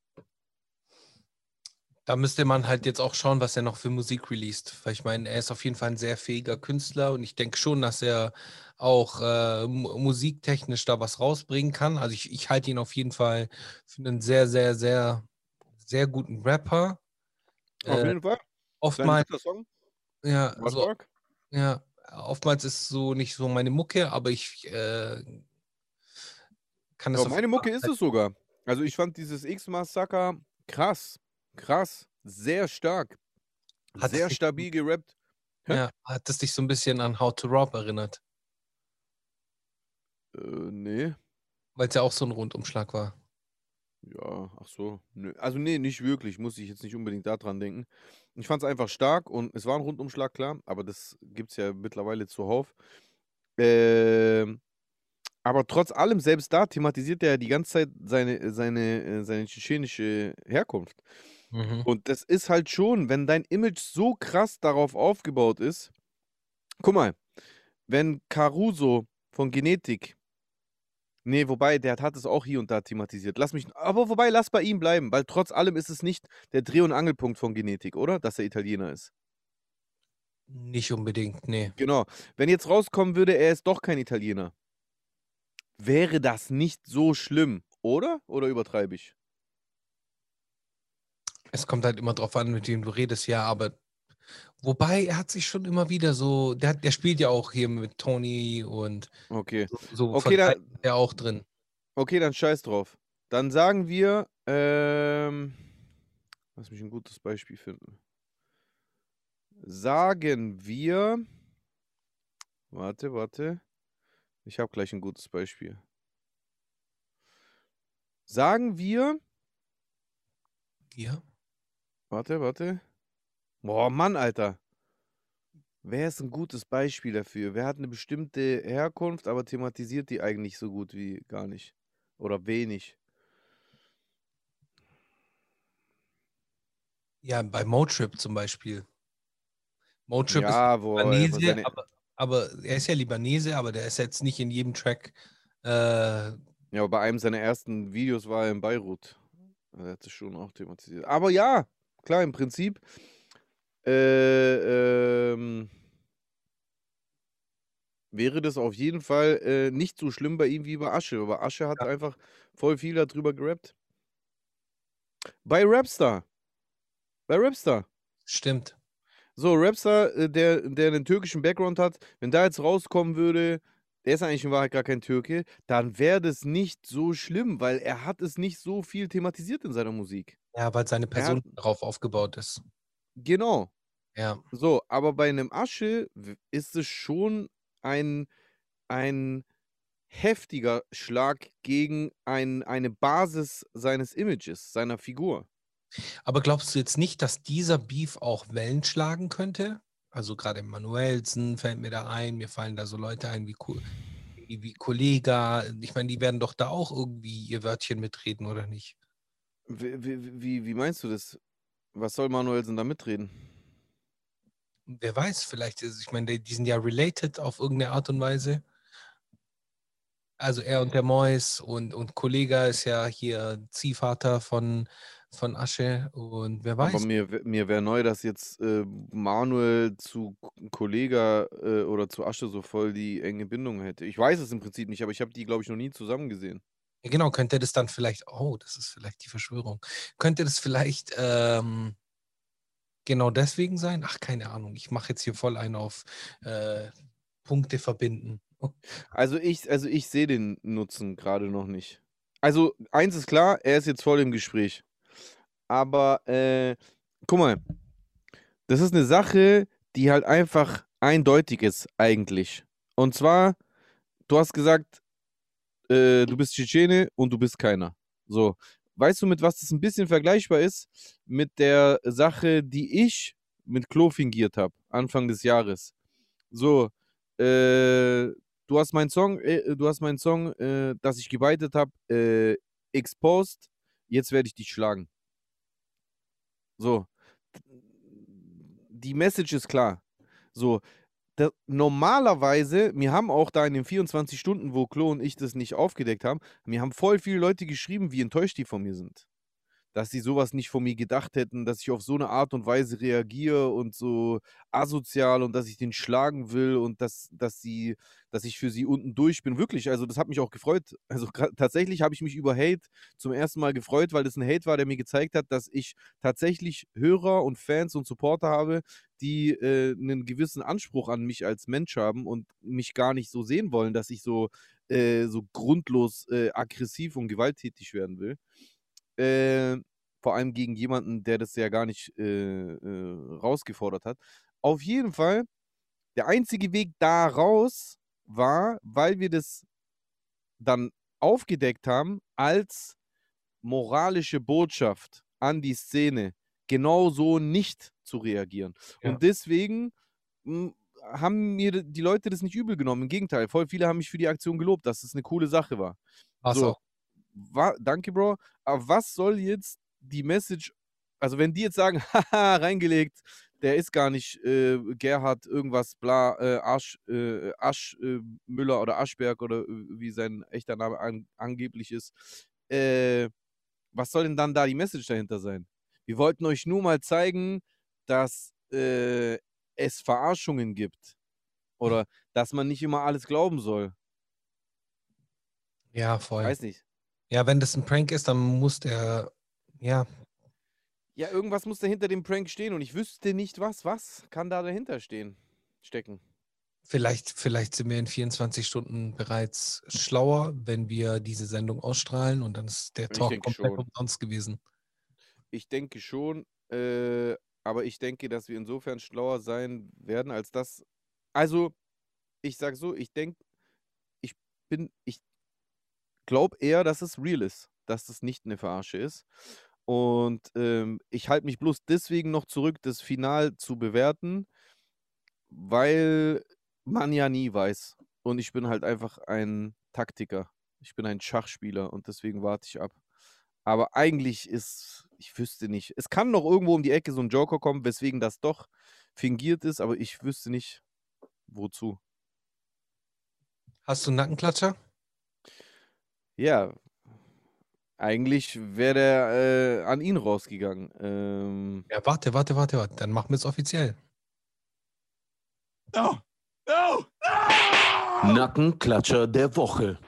Da müsste man halt jetzt auch schauen, was er noch für Musik released. Weil ich meine, er ist auf jeden Fall ein sehr fähiger Künstler und ich denke schon, dass er auch musiktechnisch da was rausbringen kann. Also ich halte ihn auf jeden Fall für einen sehr, sehr, sehr, sehr guten Rapper. Auf Äh, jeden Fall. Sein oftmals, letzter Song ja, war so, stark. ja, oftmals ist so nicht so meine Mucke, aber ich kann es Aber auf meine jeden Mucke ist Fall. es sogar. Also, ich fand dieses X-Massaker krass, krass, sehr stark, Hat es sehr dich, stabil gerappt. Hä? ja, hat es dich so ein bisschen an How to Rob erinnert, Ne. weil es ja auch so ein Rundumschlag war. Ja, ach so. Nö. Also, ne, nicht wirklich, muss ich jetzt nicht unbedingt da dran denken. Ich fand's einfach stark und es war 'n Rundumschlag, klar, aber das gibt's ja mittlerweile zuhauf. Ähm, aber trotz allem, selbst da thematisiert er ja die ganze Zeit seine tschetschenische Herkunft. Mhm. Und das ist halt schon, wenn dein Image so krass darauf aufgebaut ist, Guck mal, wenn Caruso von Genetik, nee, wobei, der hat es auch hier und da thematisiert. Aber wobei, lass bei ihm bleiben, weil trotz allem ist es nicht der Dreh- und Angelpunkt von Genetik, oder? Dass er Italiener ist. Nicht unbedingt, nee. Genau. Wenn jetzt rauskommen würde, er ist doch kein Italiener, wäre das nicht so schlimm, oder? Oder übertreibe ich? Es kommt halt immer drauf an, mit wem du redest, ja, aber wobei er hat sich schon immer wieder so, der spielt ja auch hier mit Tony und Okay. so Okay, von da, daher ist er auch drin. okay, dann scheiß drauf. Dann sagen wir, lass mich ein gutes Beispiel finden. Sagen wir, warte, ich habe gleich ein gutes Beispiel. Sagen wir, Ja. warte. Boah, Mann, Alter. Wer ist ein gutes Beispiel dafür? Wer hat eine bestimmte Herkunft, aber thematisiert die eigentlich so gut wie gar nicht? Oder wenig? Ja, bei Motrip zum Beispiel. Motrip ist Ja, wo er Libanese, seine, aber er ist ja Libanese, aber der ist jetzt nicht in jedem Track. ja, bei einem seiner ersten Videos war er in Beirut. Er hat es schon auch thematisiert. Aber ja, klar, im Prinzip. Ähm, wäre das auf jeden Fall nicht so schlimm bei ihm wie bei Asche. Aber Asche hat Ja, einfach voll viel darüber gerappt. Bei Rapstar. Bei Rapstar. stimmt. So, Rapstar, der einen türkischen Background hat, wenn da jetzt rauskommen würde, der ist eigentlich in Wahrheit gar kein Türke, dann wäre das nicht so schlimm, weil er hat es nicht so viel thematisiert in seiner Musik. Ja, weil seine Er hat, Person darauf aufgebaut ist. genau. Ja. So, aber bei einem Asche ist es schon ein heftiger Schlag gegen eine Basis seines Images, seiner Figur. Aber glaubst du jetzt nicht, dass dieser Beef auch Wellen schlagen könnte? Also gerade Manuelsen fällt mir da ein, mir fallen da so Leute ein wie Kollega. Ich meine, die werden doch da auch irgendwie ihr Wörtchen mitreden, oder nicht? Wie meinst du das? Was soll Manuelsen da mitreden? Wer weiß, vielleicht ist, ich meine, die sind ja related auf irgendeine Art und Weise. Also er und der Mois und Kollega ist ja hier Ziehvater von Asche und wer Aber weiß. mir wäre neu, dass jetzt Manuel zu Kollega oder zu Asche so voll die enge Bindung hätte. Ich weiß es im Prinzip nicht, aber ich habe die, glaube ich, noch nie zusammen gesehen. Ja, genau, könnte das dann vielleicht, oh, das ist vielleicht die Verschwörung. Könnte das vielleicht genau deswegen sein? Ach, keine Ahnung. Ich mache jetzt hier voll einen auf äh, Punkte verbinden. Also ich sehe den Nutzen gerade noch nicht. Also eins ist klar, er ist jetzt voll im Gespräch. Aber guck mal, das ist eine Sache, die halt einfach eindeutig ist eigentlich. Und zwar, du hast gesagt, du bist Tschetschene und du bist keiner. So, weißt du, mit was das ein bisschen vergleichbar ist? Mit der Sache, die ich mit Klo fingiert habe, Anfang des Jahres. So, du hast meinen Song, das ich gebeitet habe, exposed. Jetzt werde ich dich schlagen. So, die Message ist klar. So, normalerweise, mir haben auch da in den 24 Stunden, wo Klo und ich das nicht aufgedeckt haben, mir haben voll viele Leute geschrieben, wie enttäuscht die von mir sind. Dass sie sowas nicht von mir gedacht hätten, dass ich auf so eine Art und Weise reagiere und so asozial und dass ich den schlagen will und dass ich für sie unten durch bin. Wirklich, also das hat mich auch gefreut. Also tatsächlich habe ich mich über Hate zum ersten Mal gefreut, weil das ein Hate war, der mir gezeigt hat, dass ich tatsächlich Hörer und Fans und Supporter habe, die einen gewissen Anspruch an mich als Mensch haben und mich gar nicht so sehen wollen, dass ich so grundlos aggressiv und gewalttätig werden will. Äh, vor allem gegen jemanden, der das ja gar nicht rausgefordert hat. Auf jeden Fall, der einzige Weg da raus war, weil wir das dann aufgedeckt haben, als moralische Botschaft an die Szene, genau so nicht zu reagieren. Ja. Und deswegen haben mir die Leute das nicht übel genommen. Im Gegenteil, voll viele haben mich für die Aktion gelobt, dass es eine coole Sache war. War's So, auch. danke, Bro. Aber was soll jetzt die Message, also wenn die jetzt sagen, haha, reingelegt, der ist gar nicht Gerhard irgendwas bla Müller oder Aschberg oder wie sein echter Name angeblich ist. Was soll denn dann da die Message dahinter sein? Wir wollten euch nur mal zeigen, dass es Verarschungen gibt oder dass man nicht immer alles glauben soll. Ja, voll. Weiß nicht. Ja, wenn das ein Prank ist, dann muss der, ja, Ja, irgendwas muss dahinter dem Prank stehen und ich wüsste nicht was. Was kann da dahinter stecken? vielleicht sind wir in 24 Stunden bereits schlauer, wenn wir diese Sendung ausstrahlen und dann ist der Ich Talk denke komplett schon. umsonst gewesen. Ich denke schon, aber ich denke, dass wir insofern schlauer sein werden, als das. Also, ich sag so, ich ich glaube eher, dass es real ist, dass das nicht eine Verarsche ist. Und ich halte mich bloß deswegen noch zurück, das Final zu bewerten, weil man ja nie weiß. Und ich bin halt einfach ein Taktiker. Ich bin ein Schachspieler und deswegen warte ich ab. Aber eigentlich ich wüsste nicht. Es kann noch irgendwo um die Ecke so ein Joker kommen, weswegen das doch fingiert ist, aber ich wüsste nicht, wozu. Hast du einen Nackenklatscher? Ja, eigentlich wäre der an ihn rausgegangen. Ja, warte. Dann machen wir es offiziell. No! No! No! Nackenklatscher der Woche.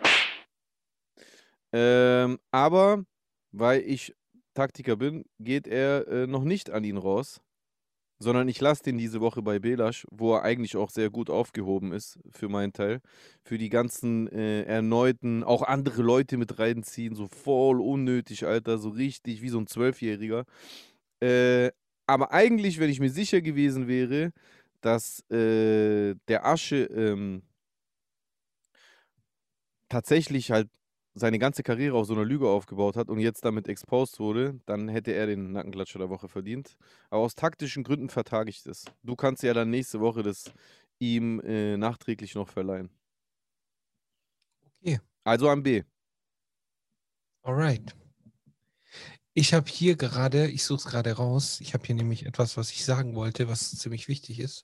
Aber weil ich Taktiker bin, geht er noch nicht an ihn raus, sondern ich lasse den diese Woche bei Belasch, wo er eigentlich auch sehr gut aufgehoben ist, für meinen Teil. Für die ganzen erneuten, auch andere Leute mit reinziehen, so voll unnötig, Alter, so richtig wie so ein Zwölfjähriger. Aber eigentlich, wenn ich mir sicher gewesen wäre, dass der Asche tatsächlich halt seine ganze Karriere auf so einer Lüge aufgebaut hat und jetzt damit exposed wurde, dann hätte er den Nackenklatscher der Woche verdient. Aber aus taktischen Gründen vertage ich das. Du kannst ja dann nächste Woche das ihm nachträglich noch verleihen. Okay, Also am B. alright. Ich habe hier gerade, ich suche es gerade raus, ich habe hier nämlich etwas, was ich sagen wollte, was ziemlich wichtig ist.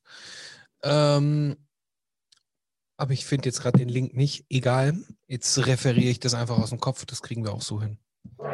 Aber ich finde jetzt gerade den Link nicht. Egal, jetzt referiere ich das einfach aus dem Kopf, das kriegen wir auch so hin.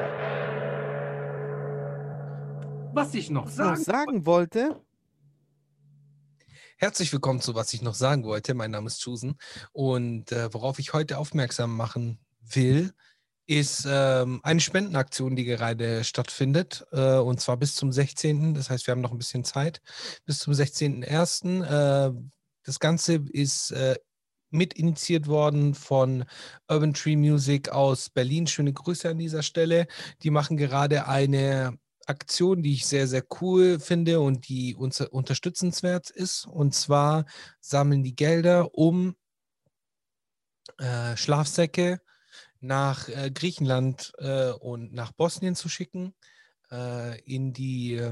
Was ich noch Sagen wollte. Herzlich willkommen zu Was ich noch sagen wollte. Mein Name ist Chusen und worauf ich heute aufmerksam machen will, ist eine Spendenaktion, die gerade stattfindet und zwar bis zum 16. Das heißt, wir haben noch ein bisschen Zeit. Bis zum 16.01. Das Ganze ist mit initiiert worden von Urban Tree Music aus Berlin. Schöne Grüße an dieser Stelle. Die machen gerade eine Aktion, die ich sehr, sehr cool finde und die unterstützenswert ist. Und zwar sammeln die Gelder, um Schlafsäcke nach Griechenland und nach Bosnien zu schicken, in die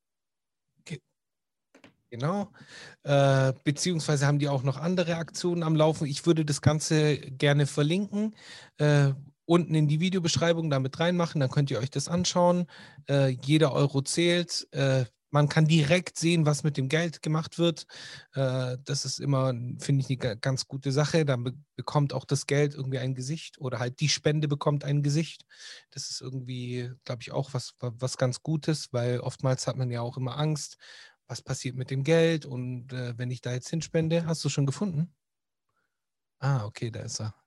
genau. Beziehungsweise haben die auch noch andere Aktionen am Laufen. Ich würde das Ganze gerne verlinken. Unten in die Videobeschreibung damit reinmachen, dann könnt ihr euch das anschauen. Jeder Euro zählt. Man kann direkt sehen, was mit dem Geld gemacht wird. Das ist immer, finde ich, eine ganz gute Sache. Dann bekommt auch das Geld irgendwie ein Gesicht oder halt die Spende bekommt ein Gesicht. Das ist irgendwie, glaube ich, auch was ganz Gutes, weil oftmals hat man ja auch immer Angst, was passiert mit dem Geld und wenn ich da jetzt hinspende, hast du schon gefunden? Ah, okay, da ist er.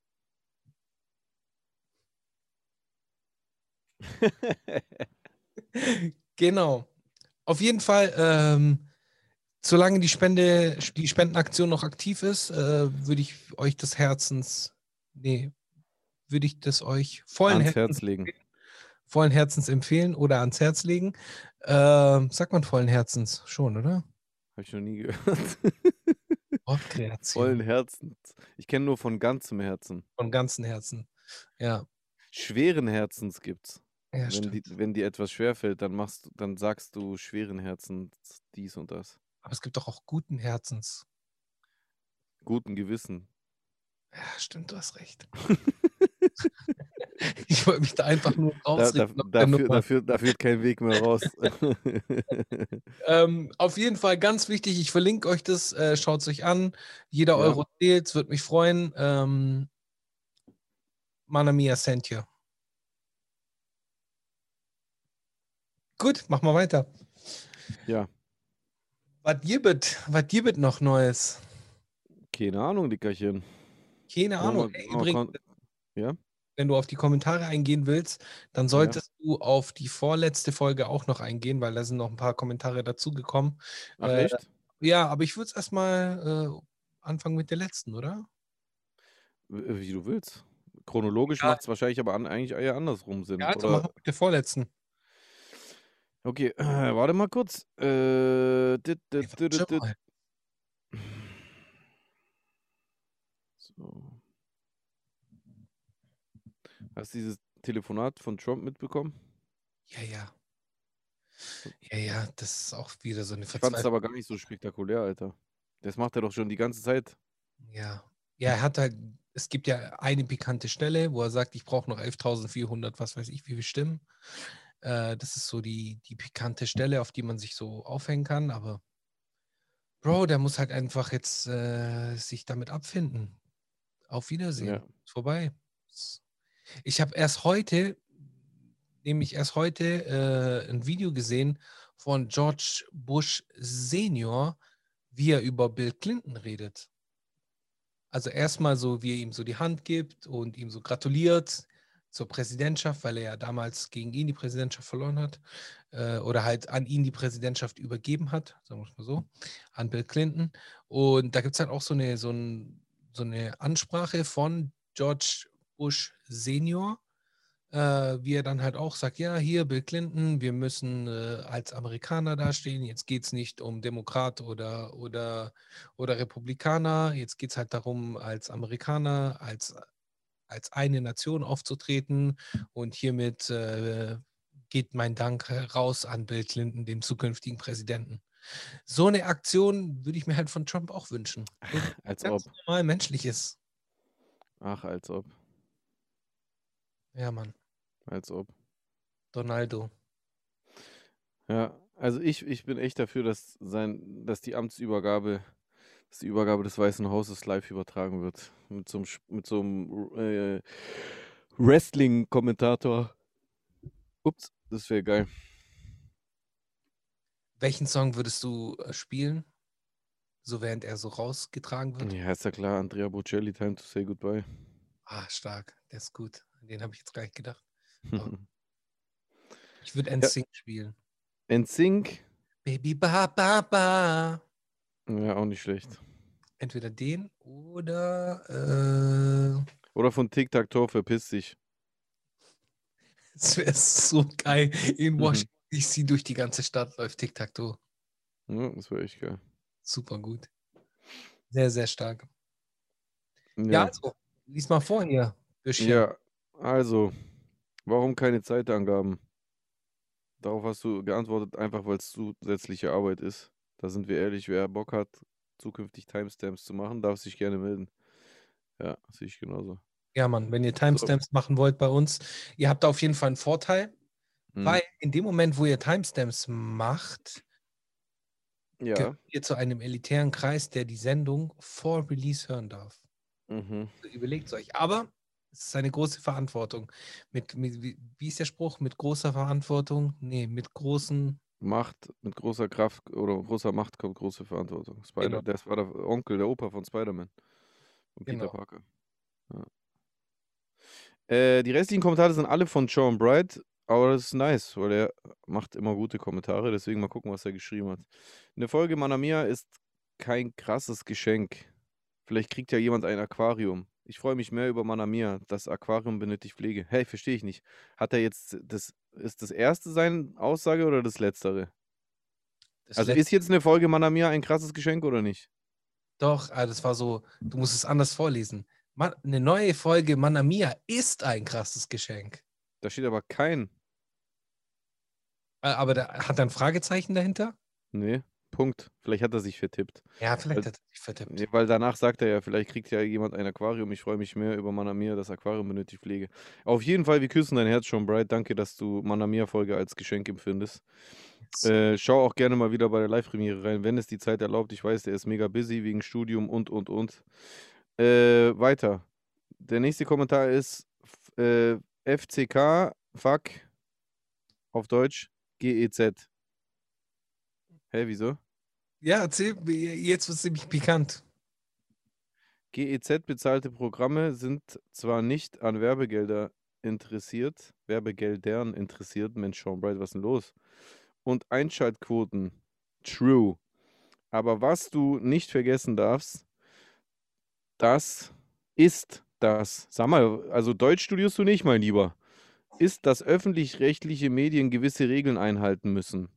Genau. Auf jeden Fall, solange die Spendenaktion noch aktiv ist, würde ich euch würde ich das euch Ans Herz legen. vollen Herzens empfehlen oder ans Herz legen. Sagt man vollen Herzens schon, oder? Habe ich noch nie gehört. Wortkreation. Vollen Herzens. Ich kenne nur von ganzem Herzen. Von ganzem Herzen. Ja. Schweren Herzens gibt's. Ja, Wenn stimmt. wenn dir etwas schwerfällt, dann sagst du schweren Herzens dies und das. Aber es gibt doch auch guten Herzens. Guten Gewissen. Ja, stimmt, du hast recht. Ich wollte mich da einfach nur rausreden. Da führt kein Weg mehr raus. Auf jeden Fall ganz wichtig, ich verlinke euch das, schaut es euch an. Jeder Ja. Euro zählt, es würde mich freuen. Mana Mia sent you. Gut, mach mal weiter. Ja, Was gibt noch Neues? keine Ahnung, Dickerchen. Keine Ahnung. Ey, übrigens, Ja, wenn du auf die Kommentare eingehen willst, dann solltest du auf die vorletzte Folge auch noch eingehen, weil da sind noch ein paar Kommentare dazugekommen. ach echt? Ja, aber ich würde erstmal anfangen mit der letzten, oder? Wie du willst. Chronologisch macht es wahrscheinlich aber eigentlich eher andersrum Sinn. Ja, also Oder? machen wir mit der vorletzten. Okay, warte mal kurz. Schon mal. So. Hast du dieses Telefonat von Trump mitbekommen? Ja, ja. Ja, ja, das ist auch wieder so eine Ich fand es Verzweiflung. aber gar nicht so spektakulär, Alter. Das macht er doch schon die ganze Zeit. Ja. Ja, er hat halt, es gibt ja eine pikante Stelle, wo er sagt, ich brauche noch 11.400, was weiß ich, wie viele Stimmen. Das ist so die pikante Stelle, auf die man sich so aufhängen kann. Aber Bro, der muss halt einfach jetzt sich damit abfinden. Auf Wiedersehen. Ja. Ist vorbei. Ich habe erst heute ein Video gesehen von George Bush Senior, wie er über Bill Clinton redet. Also erstmal so, wie er ihm so die Hand gibt und ihm so gratuliert zur Präsidentschaft, weil er ja damals gegen ihn die Präsidentschaft verloren hat oder halt an ihn die Präsidentschaft übergeben hat, sagen wir es mal so, an Bill Clinton. Und da gibt es halt auch so eine Ansprache von George Bush Senior, wie er dann halt auch sagt, ja, hier Bill Clinton, wir müssen als Amerikaner dastehen, jetzt geht es nicht um Demokrat oder Republikaner, jetzt geht es halt darum, als Amerikaner, als eine Nation aufzutreten und hiermit geht mein Dank raus an Bill Clinton, dem zukünftigen Präsidenten. So eine Aktion würde ich mir halt von Trump auch wünschen. So Als ganz ob. normal menschlich ist. Ach, als ob. Ja, Mann. Als ob. Donaldo. Ja, also ich bin echt dafür, dass die Amtsübergabe, dass die Übergabe des Weißen Hauses live übertragen wird. Mit so einem Wrestling-Kommentator. Ups, das wäre geil. Welchen Song würdest du spielen, so während er so rausgetragen wird? Ja, ist ja klar, Andrea Bocelli, Time to Say Goodbye. Ah, stark, der ist gut. An den habe ich jetzt gar nicht gedacht. Aber ich würde NSYNC spielen. NSYNC? Baby ba ba ba. Ja, auch nicht schlecht. Entweder den oder Oder von Tic Tac Toe, verpiss dich. es wäre so geil. In Washington DC durch die ganze Stadt läuft Tic-Tac-Toe. Ja, das wäre echt geil. Super gut. Sehr, sehr stark. Ja, Ja, also, lies mal vor hier. Büschchen. ja, also, warum keine Zeitangaben? Darauf hast du geantwortet, einfach weil es zusätzliche Arbeit ist. Da sind wir ehrlich, wer Bock hat, zukünftig Timestamps zu machen, darf sich gerne melden. Ja, sehe ich genauso. Ja, Mann, wenn ihr Timestamps machen wollt bei uns, ihr habt da auf jeden Fall einen Vorteil, weil in dem Moment, wo ihr Timestamps macht, Ja. gehört ihr zu einem elitären Kreis, der die Sendung vor Release hören darf. Mhm. Also überlegt es euch. Aber es ist eine große Verantwortung. Wie ist der Spruch? Mit großer Verantwortung? Nee, mit großen. Macht, mit großer Kraft oder großer Macht kommt große Verantwortung. Genau. Das war der Onkel, der Opa von Spider-Man. Von Peter Genau. Parker. Ja. Die restlichen Kommentare sind alle von Sean Bright, aber das ist nice, weil er macht immer gute Kommentare, deswegen mal gucken, was er geschrieben hat. Eine Folge Mana Mia ist kein krasses Geschenk. Vielleicht kriegt ja jemand ein Aquarium. Ich freue mich mehr über Mana Mia. Das Aquarium benötigt Pflege. Hey, verstehe ich nicht. Hat er jetzt ist das erste seine Aussage oder das letztere? Also ist jetzt eine Folge Mana Mia ein krasses Geschenk oder nicht? Doch, das war so, du musst es anders vorlesen. Eine neue Folge Mana Mia ist ein krasses Geschenk. Da steht aber kein. Aber da hat er ein Fragezeichen dahinter? Nee, Punkt. Vielleicht hat er sich vertippt. Ja, vielleicht Weil, hat er sich vertippt. nee, weil danach sagt er ja, vielleicht kriegt ja jemand ein Aquarium. Ich freue mich mehr über Manamia, das Aquarium benötigt Pflege. Auf jeden Fall, wir küssen dein Herz, Sean Bright. Danke, dass du Manamia-Folge als Geschenk empfindest. Schau auch gerne mal wieder bei der Live-Premiere rein, wenn es die Zeit erlaubt. Ich weiß, der ist mega busy wegen Studium und. Weiter. Der nächste Kommentar ist FCK, fuck, auf Deutsch, GEZ. Hä, wieso? Ja, erzähl, jetzt wird es nämlich pikant. GEZ bezahlte Programme sind zwar nicht an Werbegeldern interessiert, Mensch, Sean Bright, was ist denn los? Und Einschaltquoten, true. Aber was du nicht vergessen darfst, sag mal, also Deutsch studierst du nicht, mein Lieber, ist, dass öffentlich-rechtliche Medien gewisse Regeln einhalten müssen.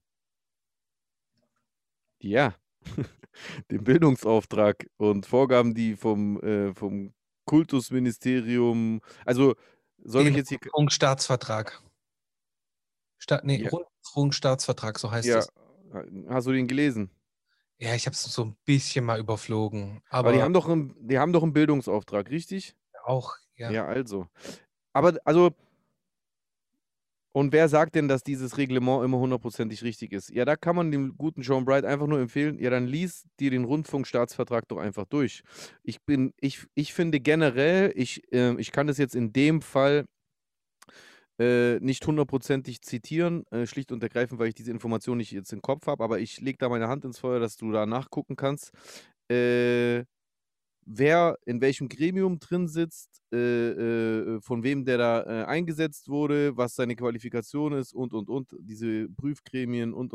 Ja, den Bildungsauftrag und Vorgaben, die vom Kultusministerium, also soll ich Den jetzt hier, Rundfunkstaatsvertrag. ja, Rundfunkstaatsvertrag, so heißt ja, es. hast du den gelesen? Ja, ich habe es so ein bisschen mal überflogen, Aber die aber haben doch einen Bildungsauftrag, richtig? auch, ja. Ja, also. Aber, also, und wer sagt denn, dass dieses Reglement immer hundertprozentig richtig ist? Ja, da kann man dem guten Sean Bright einfach nur empfehlen, ja, dann lies dir den Rundfunkstaatsvertrag doch einfach durch. Ich finde generell, ich kann das jetzt in dem Fall nicht hundertprozentig zitieren, schlicht und ergreifend, weil ich diese Information nicht jetzt im Kopf habe, aber ich lege da meine Hand ins Feuer, dass du da nachgucken kannst. Wer in welchem Gremium drin sitzt, von wem der da eingesetzt wurde, was seine Qualifikation ist und, diese Prüfgremien und.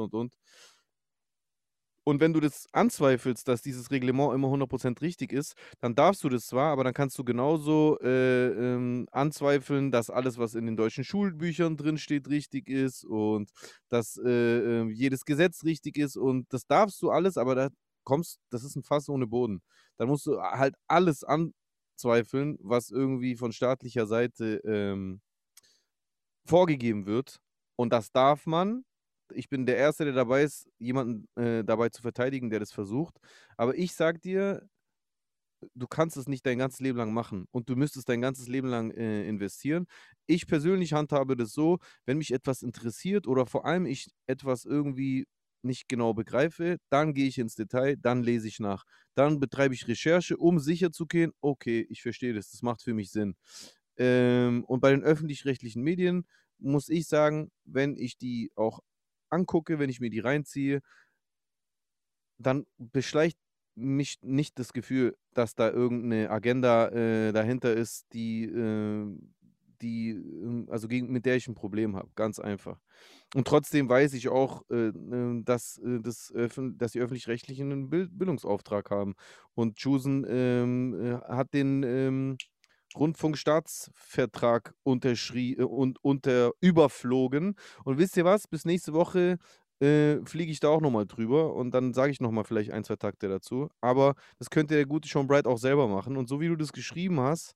Und wenn du das anzweifelst, dass dieses Reglement immer 100% richtig ist, dann darfst du das zwar, aber dann kannst du genauso anzweifeln, dass alles, was in den deutschen Schulbüchern drin steht, richtig ist und dass jedes Gesetz richtig ist und das darfst du alles, aber das ist ein Fass ohne Boden. Dann musst du halt alles anzweifeln, was irgendwie von staatlicher Seite vorgegeben wird. Und das darf man. Ich bin der Erste, der dabei ist, jemanden dabei zu verteidigen, der das versucht. Aber ich sag dir, du kannst es nicht dein ganzes Leben lang machen und du müsstest dein ganzes Leben lang investieren. Ich persönlich handhabe das so, wenn mich etwas interessiert oder vor allem ich etwas irgendwie nicht genau begreife, dann gehe ich ins Detail, dann lese ich nach. Dann betreibe ich Recherche, um sicher zu gehen, okay, ich verstehe das macht für mich Sinn. Und bei den öffentlich-rechtlichen Medien muss ich sagen, wenn ich die auch angucke, wenn ich mir die reinziehe, dann beschleicht mich nicht das Gefühl, dass da irgendeine Agenda dahinter ist, mit der ich ein Problem habe, ganz einfach. Und trotzdem weiß ich auch, dass die Öffentlich-Rechtlichen einen Bildungsauftrag haben. Und Chusen hat den Rundfunkstaatsvertrag überflogen. Und wisst ihr was? Bis nächste Woche fliege ich da auch nochmal drüber und dann sage ich nochmal vielleicht ein, zwei Takte dazu. Aber das könnte der gute Sean Bright auch selber machen. Und so wie du das geschrieben hast,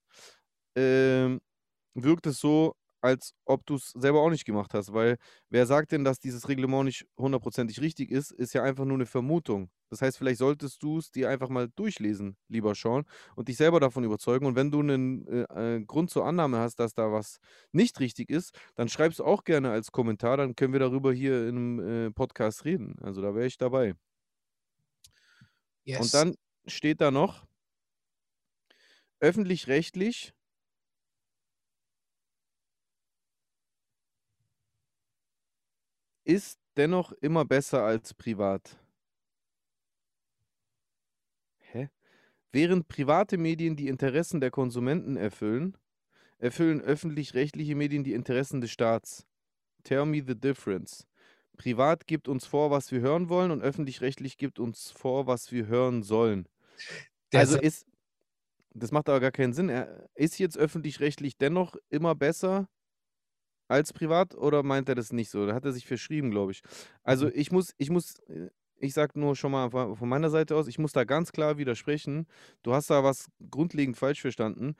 wirkt es so, als ob du es selber auch nicht gemacht hast. Weil wer sagt denn, dass dieses Reglement nicht hundertprozentig richtig ist ja einfach nur eine Vermutung. Das heißt, vielleicht solltest du es dir einfach mal durchlesen, lieber Sean, und dich selber davon überzeugen. Und wenn du einen Grund zur Annahme hast, dass da was nicht richtig ist, dann schreib es auch gerne als Kommentar. Dann können wir darüber hier in einem Podcast reden. Also da wäre ich dabei. Und Yes. dann steht da noch, öffentlich-rechtlich ist dennoch immer besser als privat. Hä? Während private Medien die Interessen der Konsumenten erfüllen öffentlich-rechtliche Medien die Interessen des Staats. Tell me the difference. Privat gibt uns vor, was wir hören wollen und öffentlich-rechtlich gibt uns vor, was wir hören sollen. Der Das macht aber gar keinen Sinn. Ist jetzt öffentlich-rechtlich dennoch immer besser als privat oder meint er das nicht so? Da hat er sich verschrieben, glaube ich. Also ich sag nur schon mal von meiner Seite aus, ich muss da ganz klar widersprechen. Du hast da was grundlegend falsch verstanden.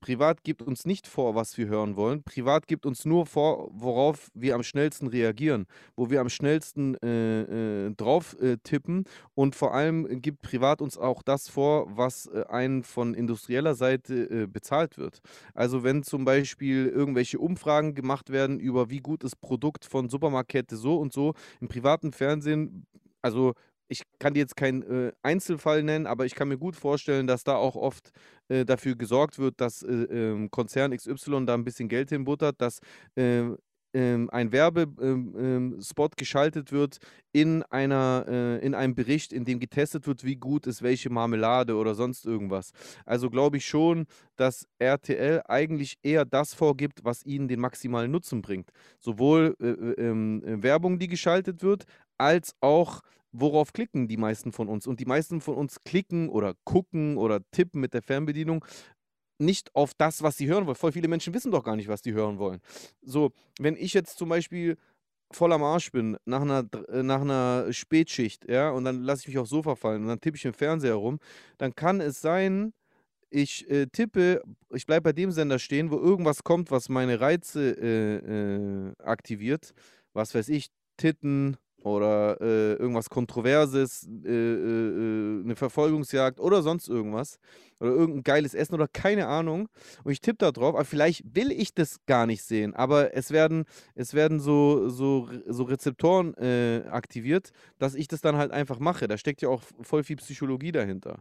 Privat gibt uns nicht vor, was wir hören wollen. Privat gibt uns nur vor, worauf wir am schnellsten reagieren, wo wir am schnellsten drauf tippen. Und vor allem gibt Privat uns auch das vor, was einen von industrieller Seite bezahlt wird. Also wenn zum Beispiel irgendwelche Umfragen gemacht werden über wie gut ist Produkt von Supermarktkette so und so im privaten Fernsehen, also ich kann dir jetzt keinen Einzelfall nennen, aber ich kann mir gut vorstellen, dass da auch oft dafür gesorgt wird, dass Konzern XY da ein bisschen Geld hinbuttert, dass ein Werbespot geschaltet wird in einem Bericht, in dem getestet wird, wie gut ist welche Marmelade oder sonst irgendwas. Also glaube ich schon, dass RTL eigentlich eher das vorgibt, was ihnen den maximalen Nutzen bringt. Sowohl Werbung, die geschaltet wird, als auch worauf klicken die meisten von uns. Und die meisten von uns klicken oder gucken oder tippen mit der Fernbedienung nicht auf das, was sie hören wollen. Voll viele Menschen wissen doch gar nicht, was die hören wollen. So, wenn ich jetzt zum Beispiel voll am Arsch bin, nach einer Spätschicht, ja, und dann lasse ich mich aufs Sofa fallen und dann tippe ich im Fernseher rum, dann kann es sein, ich tippe, ich bleibe bei dem Sender stehen, wo irgendwas kommt, was meine Reize aktiviert. Was weiß ich, Titten oder irgendwas Kontroverses, eine Verfolgungsjagd oder sonst irgendwas. Oder irgendein geiles Essen oder keine Ahnung. Und ich tippe da drauf, aber vielleicht will ich das gar nicht sehen. Aber es werden so Rezeptoren aktiviert, dass ich das dann halt einfach mache. Da steckt ja auch voll viel Psychologie dahinter.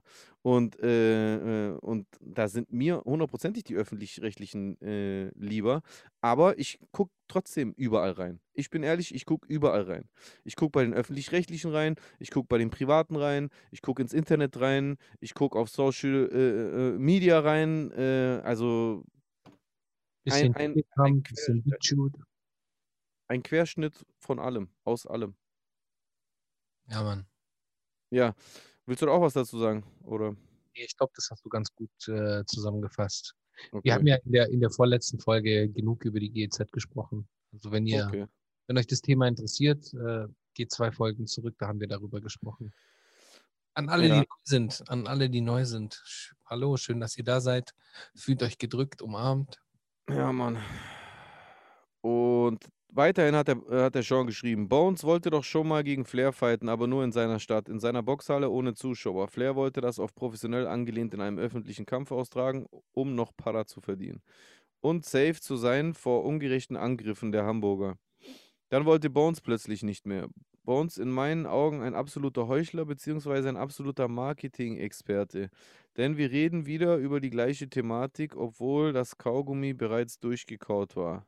Und da sind mir hundertprozentig die Öffentlich-Rechtlichen lieber. Aber ich gucke trotzdem überall rein. Ich bin ehrlich, ich gucke überall rein. Ich gucke bei den Öffentlich-Rechtlichen rein, ich gucke bei den Privaten rein, ich gucke ins Internet rein, ich gucke auf Social Media rein. Also Bisschen ein Telegram, bisschen YouTube. ein Querschnitt von allem, aus allem. Ja, Mann. Ja. Willst du da auch was dazu sagen? Oder? Nee, ich glaube, das hast du ganz gut zusammengefasst. Wir Okay. haben ja in der vorletzten Folge genug über die GEZ gesprochen. Also Okay. wenn euch das Thema interessiert, geht 2 Folgen zurück, da haben wir darüber gesprochen. An alle, Ja. die neu sind, hallo, schön, dass ihr da seid. Fühlt euch gedrückt, umarmt. Ja, Mann. Und weiterhin hat der Sean geschrieben, Bones wollte doch schon mal gegen Flair fighten, aber nur in seiner Stadt, in seiner Boxhalle ohne Zuschauer. Flair wollte das auf professionell angelehnt in einem öffentlichen Kampf austragen, um noch Para zu verdienen. Und safe zu sein vor ungerechten Angriffen der Hamburger. Dann wollte Bones plötzlich nicht mehr. Bones in meinen Augen ein absoluter Heuchler bzw. ein absoluter Marketing-Experte. Denn wir reden wieder über die gleiche Thematik, obwohl das Kaugummi bereits durchgekaut war.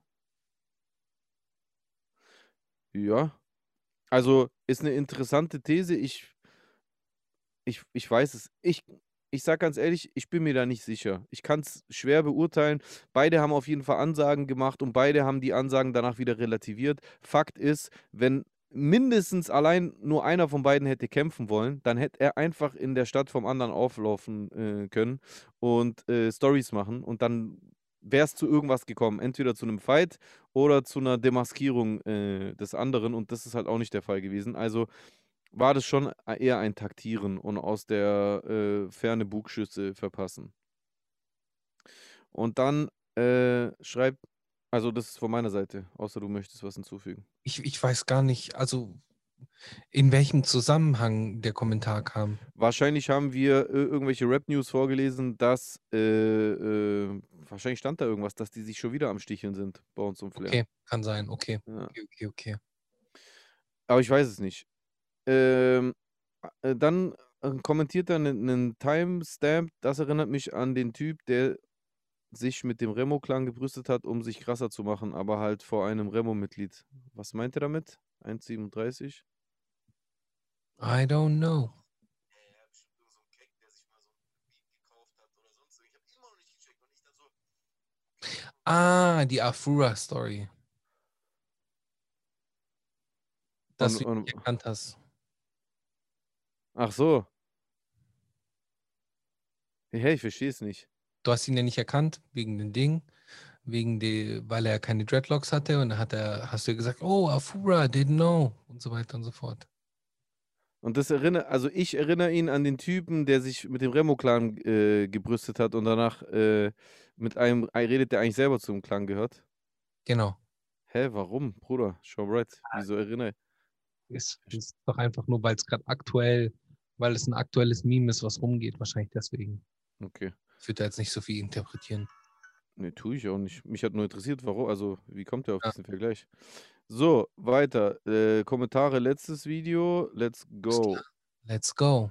Ja, also ist eine interessante These. Ich weiß es. Ich sage ganz ehrlich, ich bin mir da nicht sicher. Ich kann es schwer beurteilen. Beide haben auf jeden Fall Ansagen gemacht und beide haben die Ansagen danach wieder relativiert. Fakt ist, wenn mindestens allein nur einer von beiden hätte kämpfen wollen, dann hätte er einfach in der Stadt vom anderen auflaufen können und Stories machen und dann wäre es zu irgendwas gekommen. Entweder zu einem Fight oder zu einer Demaskierung des anderen und das ist halt auch nicht der Fall gewesen. Also war das schon eher ein Taktieren und aus der Ferne Bugschüsse verpassen. Und dann schreibt, also das ist von meiner Seite, außer du möchtest was hinzufügen. Ich weiß gar nicht, also in welchem Zusammenhang der Kommentar kam. Wahrscheinlich haben wir irgendwelche Rap-News vorgelesen, dass wahrscheinlich stand da irgendwas, dass die sich schon wieder am Sticheln sind bei uns um Flair. Okay, kann sein, okay. Ja. Okay. Aber ich weiß es nicht. Dann kommentiert er einen Timestamp, das erinnert mich an den Typ, der sich mit dem Remo-Clan gebrüstet hat, um sich krasser zu machen, aber halt vor einem Remo-Mitglied. Was meint er damit? 1,37? I don't know. Ah, die Afura-Story. Dass du ihn nicht erkannt hast. Ach so. Hey, ich verstehe es nicht. Du hast ihn ja nicht erkannt, wegen dem Ding, weil er keine Dreadlocks hatte und dann hast du gesagt, oh, Afura, didn't know und so weiter und so fort. Und ich erinnere ihn an den Typen, der sich mit dem Remo-Clan gebrüstet hat und danach mit einem redet, der eigentlich selber zum Klang gehört. Genau. Hä, warum, Bruder? Show right. Wieso erinnere ich? Ist doch einfach nur, weil es ein aktuelles Meme ist, was rumgeht, wahrscheinlich deswegen. Okay. Ich würde da jetzt nicht so viel interpretieren. Ne, tue ich auch nicht. Mich hat nur interessiert, warum. Also, wie kommt er auf Ja. diesen Vergleich? So, weiter. Kommentare, letztes Video. Let's go. Let's go.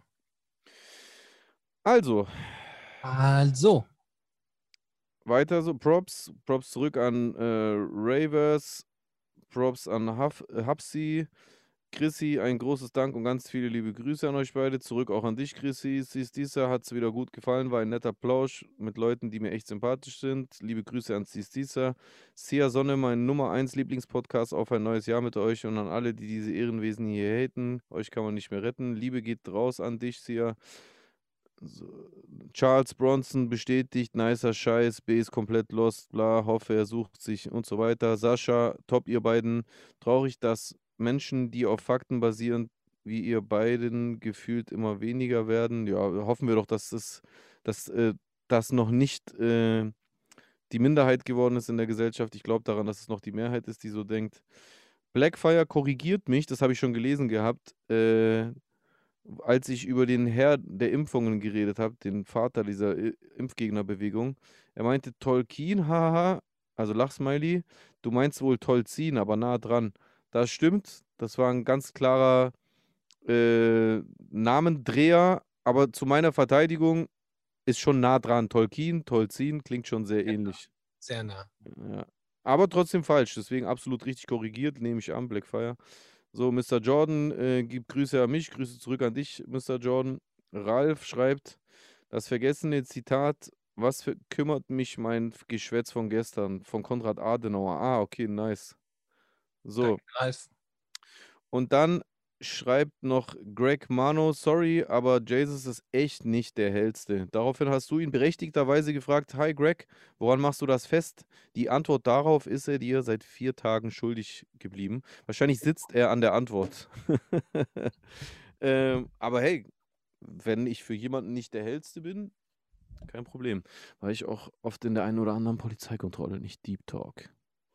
Also, Also, weiter so. Props zurück an Ravers. Props an Hapsi. Chrissy, ein großes Dank und ganz viele liebe Grüße an euch beide. Zurück auch an dich, Chrissy. Sistisa hat es wieder gut gefallen, war ein netter Plausch mit Leuten, die mir echt sympathisch sind. Liebe Grüße an Sistisa. Sia Sonne, mein Nummer 1 Lieblingspodcast auf ein neues Jahr mit euch und an alle, die diese Ehrenwesen hier haten. Euch kann man nicht mehr retten. Liebe geht raus an dich, Sia. So. Charles Bronson bestätigt, nicer Scheiß, B ist komplett lost, bla, hoffe er sucht sich und so weiter. Sascha, top ihr beiden. Traurig, dass Menschen, die auf Fakten basieren, wie ihr beiden gefühlt immer weniger werden. Ja, hoffen wir doch, dass das noch nicht die Minderheit geworden ist in der Gesellschaft. Ich glaube daran, dass es noch die Mehrheit ist, die so denkt. Blackfire korrigiert mich, das habe ich schon gelesen gehabt, als ich über den Herr der Impfungen geredet habe, den Vater dieser Impfgegnerbewegung. Er meinte Tolkien, haha, also Lachsmiley, du meinst wohl Tolzien, aber nah dran. Das stimmt, das war ein ganz klarer Namendreher, aber zu meiner Verteidigung ist schon nah dran. Tolkien, Tolzien klingt schon sehr ähnlich. sehr nah. Ja. Aber trotzdem falsch, deswegen absolut richtig korrigiert, nehme ich an, Blackfire. So, Mr. Jordan gibt Grüße an mich, Grüße zurück an dich, Mr. Jordan. Ralf schreibt, das vergessene Zitat, was kümmert mich mein Geschwätz von gestern, von Konrad Adenauer. Ah, okay, nice. So, Danke, Ralf. und dann schreibt noch Greg Mano, sorry, aber Jesus ist echt nicht der hellste. Daraufhin hast du ihn berechtigterweise gefragt, hi Greg, woran machst du das fest? Die Antwort darauf ist er dir seit 4 Tagen schuldig geblieben. Wahrscheinlich sitzt er an der Antwort. Aber hey, wenn ich für jemanden nicht der hellste bin, kein Problem. War ich auch oft in der einen oder anderen Polizeikontrolle, nicht Deep Talk.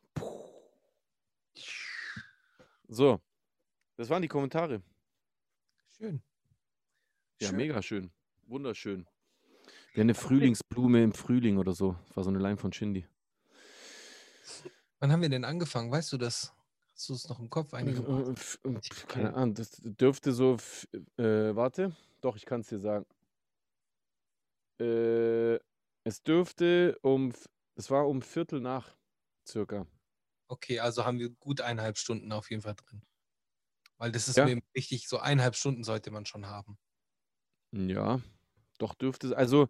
So, das waren die Kommentare. Schön. Ja, Schön. mega schön. Wunderschön. Wie eine Frühlingsblume im Frühling oder so. Das war so eine Line von Shindy. Wann haben wir denn angefangen? Weißt du das? Hast du es noch im Kopf? Keine Ahnung, das dürfte so. Warte, doch, ich kann es dir sagen. Es dürfte es war um Viertel nach, circa. Okay, also haben wir gut 1,5 Stunden auf jeden Fall drin. Weil das ist Ja. mir wichtig, so 1,5 Stunden sollte man schon haben. Ja, doch dürfte es. Also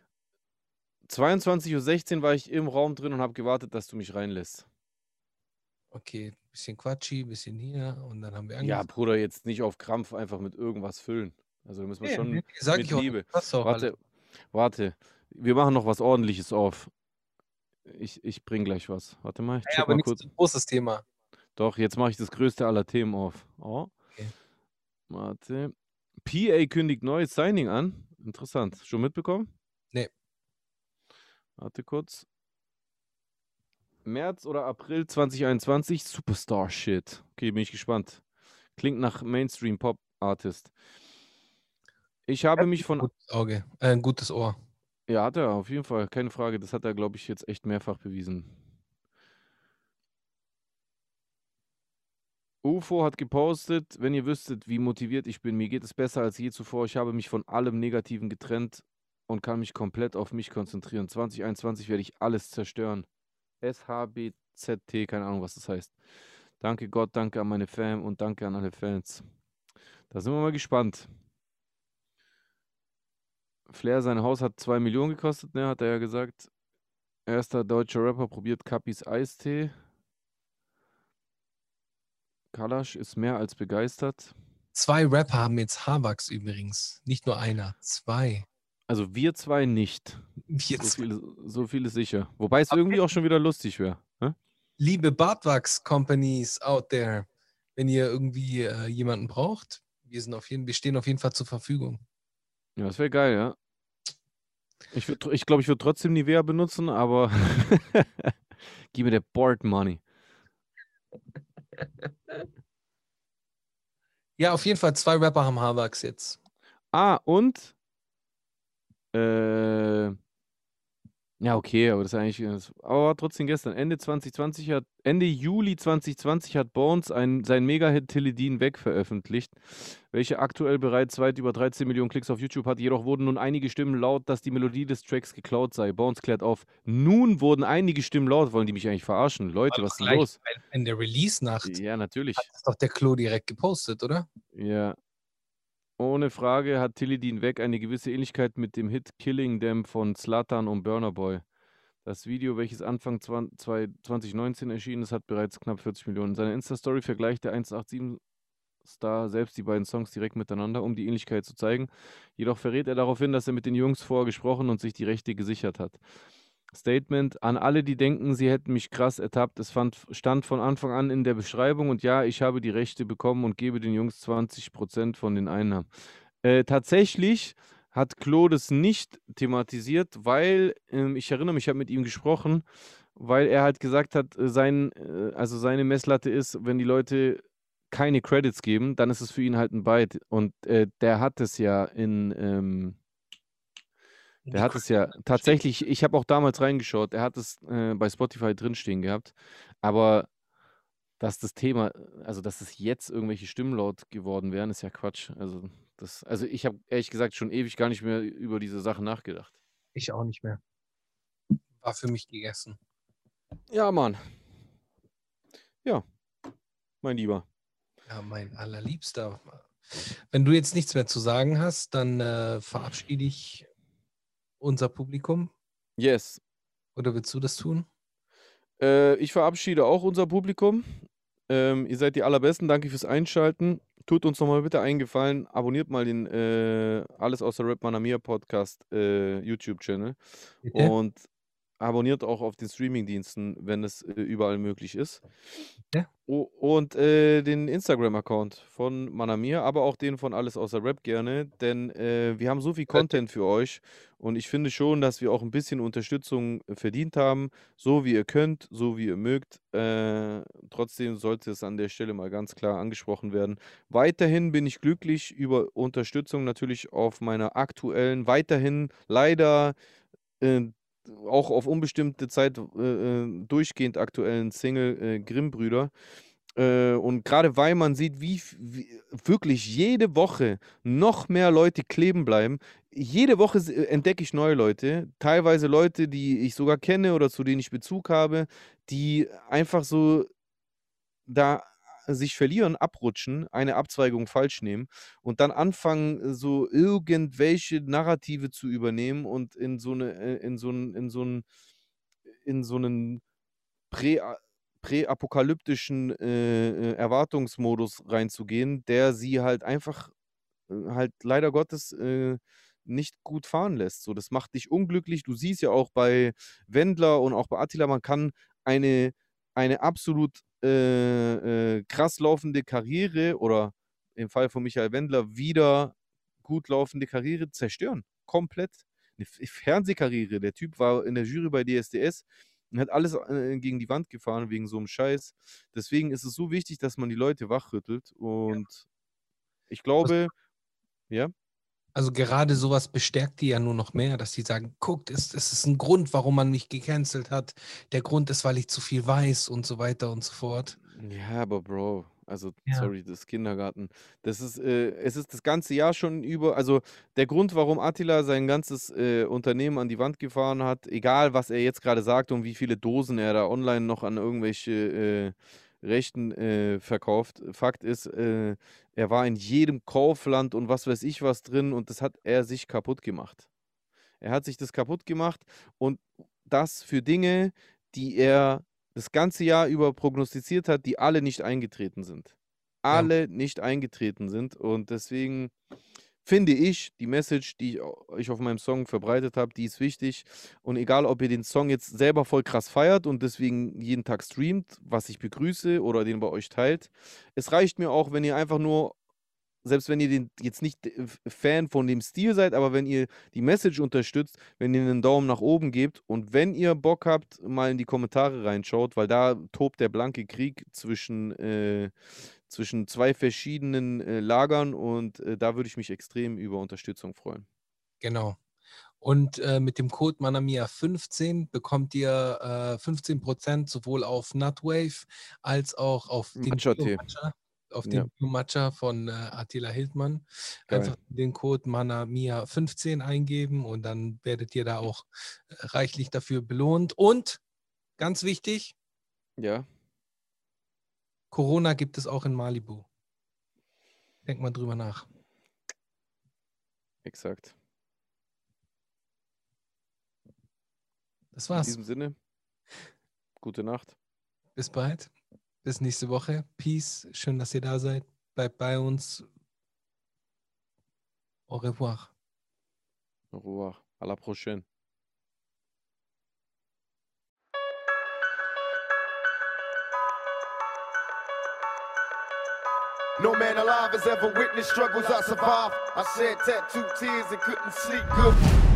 22:16 Uhr war ich im Raum drin und habe gewartet, dass du mich reinlässt. Okay, bisschen Quatschi, bisschen hier und dann haben wir Ja, Bruder, jetzt nicht auf Krampf einfach mit irgendwas füllen. Also da müssen wir schon sag mit ich auch, Liebe. passt auch alles. Warte. Wir machen noch was Ordentliches auf. Ich bring gleich was. Warte mal, ich Ja, check aber mal nicht kurz. so ein großes Thema. Doch, jetzt mache ich das größte aller Themen auf. Oh. Okay. Warte. PA kündigt neues Signing an. Interessant. Schon mitbekommen? Nee. Warte kurz. März oder April 2021. Superstar-Shit. Okay, bin ich gespannt. Klingt nach Mainstream-Pop-Artist. Ich habe mich von... Gutes Auge, ein gutes Ohr. Ja, hat er auf jeden Fall. Keine Frage. Das hat er, glaube ich, jetzt echt mehrfach bewiesen. UFO hat gepostet, wenn ihr wüsstet, wie motiviert ich bin, mir geht es besser als je zuvor. Ich habe mich von allem Negativen getrennt und kann mich komplett auf mich konzentrieren. 2021 werde ich alles zerstören. SHBZT, keine Ahnung, was das heißt. Danke Gott, danke an meine Fam und danke an alle Fans. Da sind wir mal gespannt. Flair, sein Haus hat 2 Millionen gekostet, ne, hat er ja gesagt. Erster deutscher Rapper probiert Kapis Eistee. Kalash ist mehr als begeistert. 2 Rapper haben jetzt Haarwachs übrigens. Nicht nur einer, 2. Also wir zwei nicht. Wir So viel ist sicher. Wobei es irgendwie auch schon wieder lustig wäre. Liebe Bartwachs-Companies out there, wenn ihr irgendwie jemanden braucht, wir stehen auf jeden Fall zur Verfügung. Ja, das wäre geil, ja. Ich glaube, ich würde trotzdem Nivea benutzen, aber gib mir der Board Money. Ja, auf jeden Fall 2 Rapper haben Haarwachs jetzt. Und ja, okay, aber das ist eigentlich, aber trotzdem gestern, Ende Juli 2020 hat Bones sein Mega-Hit Tilidin weg veröffentlicht, welcher aktuell bereits weit über 13 Millionen Klicks auf YouTube hat. Jedoch wurden nun einige Stimmen laut, dass die Melodie des Tracks geklaut sei. Bones klärt auf. Nun wurden einige Stimmen laut. Wollen die mich eigentlich verarschen? Leute, was ist denn Gleich los? in der Release-Nacht Ja, natürlich. hat es doch der Klo direkt gepostet, oder? Ja. Ohne Frage hat Tilidin weg eine gewisse Ähnlichkeit mit dem Hit Killing Them von Zlatan und Burna Boy. Das Video, welches Anfang 2019 erschienen ist, hat bereits knapp 40 Millionen. In seiner Insta-Story vergleicht der 187-Star selbst die beiden Songs direkt miteinander, um die Ähnlichkeit zu zeigen. Jedoch verrät er darauf hin, dass er mit den Jungs vorher gesprochen und sich die Rechte gesichert hat. Statement an alle, die denken, sie hätten mich krass ertappt. Es stand von Anfang an in der Beschreibung und ja, ich habe die Rechte bekommen und gebe den Jungs 20% von den Einnahmen. Tatsächlich hat Claude es nicht thematisiert, weil ich erinnere mich, ich habe mit ihm gesprochen, weil er halt gesagt hat, also seine Messlatte ist, wenn die Leute keine Credits geben, dann ist es für ihn halt ein Byte. Und der hat es ja der hat es ja tatsächlich, ich habe auch damals reingeschaut, er hat es bei Spotify drinstehen gehabt, aber dass das Thema, also dass es jetzt irgendwelche Stimmen laut geworden wären, ist ja Quatsch. Also ich habe ehrlich gesagt schon ewig gar nicht mehr über diese Sachen nachgedacht. Ich auch nicht mehr. War für mich gegessen. Ja, Mann. Ja, mein Lieber. Ja, mein allerliebster. Wenn du jetzt nichts mehr zu sagen hast, dann verabschiede ich unser Publikum. Yes. Oder willst du das tun? Ich verabschiede auch unser Publikum. Ihr seid die Allerbesten. Danke fürs Einschalten. Tut uns nochmal bitte einen Gefallen. Abonniert mal den Alles außer Rap Manamia Podcast YouTube-Channel. Bitte? Und abonniert auch auf den Streamingdiensten, wenn es überall möglich ist. Ja. Und den Instagram-Account von Manamia, aber auch den von Alles außer Rap gerne, denn wir haben so viel Content für euch und ich finde schon, dass wir auch ein bisschen Unterstützung verdient haben, so wie ihr könnt, so wie ihr mögt. Trotzdem sollte es an der Stelle mal ganz klar angesprochen werden. Weiterhin bin ich glücklich über Unterstützung natürlich auf meiner aktuellen, weiterhin leider auch auf unbestimmte Zeit durchgehend aktuellen Single Grimm-Brüder. Und gerade weil man sieht, wie wirklich jede Woche noch mehr Leute kleben bleiben. Jede Woche entdecke ich neue Leute, teilweise Leute, die ich sogar kenne oder zu denen ich Bezug habe, die einfach so da sich verlieren, abrutschen, eine Abzweigung falsch nehmen und dann anfangen, so irgendwelche Narrative zu übernehmen und in so einen präapokalyptischen Erwartungsmodus reinzugehen, der sie halt einfach halt leider Gottes nicht gut fahren lässt. So, das macht dich unglücklich. Du siehst ja auch bei Wendler und auch bei Attila, man kann eine absolut krass laufende Karriere oder im Fall von Michael Wendler wieder gut laufende Karriere zerstören. Komplett. Eine Fernsehkarriere. Der Typ war in der Jury bei DSDS und hat alles gegen die Wand gefahren wegen so einem Scheiß. Deswegen ist es so wichtig, dass man die Leute wachrüttelt und ich glaube, ja. Also gerade sowas bestärkt die ja nur noch mehr, dass die sagen, guckt, es ist ein Grund, warum man mich gecancelt hat. Der Grund ist, weil ich zu viel weiß und so weiter und so fort. Ja, aber Bro, also Ja. sorry, das Kindergarten. Es ist das ganze Jahr schon über. Also der Grund, warum Attila sein ganzes Unternehmen an die Wand gefahren hat, egal was er jetzt gerade sagt und wie viele Dosen er da online noch an irgendwelche Rechten verkauft. Fakt ist, er war in jedem Kaufland und was weiß ich was drin und das hat er sich kaputt gemacht. Er hat sich das kaputt gemacht und das für Dinge, die er das ganze Jahr über prognostiziert hat, die alle nicht eingetreten sind. Alle nicht eingetreten sind und deswegen finde ich, die Message, die ich auf meinem Song verbreitet habe, die ist wichtig und egal, ob ihr den Song jetzt selber voll krass feiert und deswegen jeden Tag streamt, was ich begrüße oder den bei euch teilt, es reicht mir auch, wenn ihr einfach nur selbst wenn ihr jetzt nicht Fan von dem Stil seid, aber wenn ihr die Message unterstützt, wenn ihr einen Daumen nach oben gebt und wenn ihr Bock habt, mal in die Kommentare reinschaut, weil da tobt der blanke Krieg zwischen zwei verschiedenen Lagern und da würde ich mich extrem über Unterstützung freuen. Genau. Und mit dem Code Manamia15 bekommt ihr 15% sowohl auf Nutwave als auch auf den Matcha-Tee. Bio-Matcha von Attila Hildmann. Geil. Einfach den Code Manamia15 eingeben und dann werdet ihr da auch reichlich dafür belohnt. Und ganz wichtig, Ja, Corona gibt es auch in Malibu. Denkt mal drüber nach. exakt. Das In war's. diesem Sinne, gute Nacht. Bis bald. Bis nächste Woche. Peace. Schön, dass ihr da seid. Bleibt bei uns. Au revoir. Au revoir. À la prochaine. No man alive has ever witnessed struggles I survived. I shed tattooed tears and couldn't sleep good.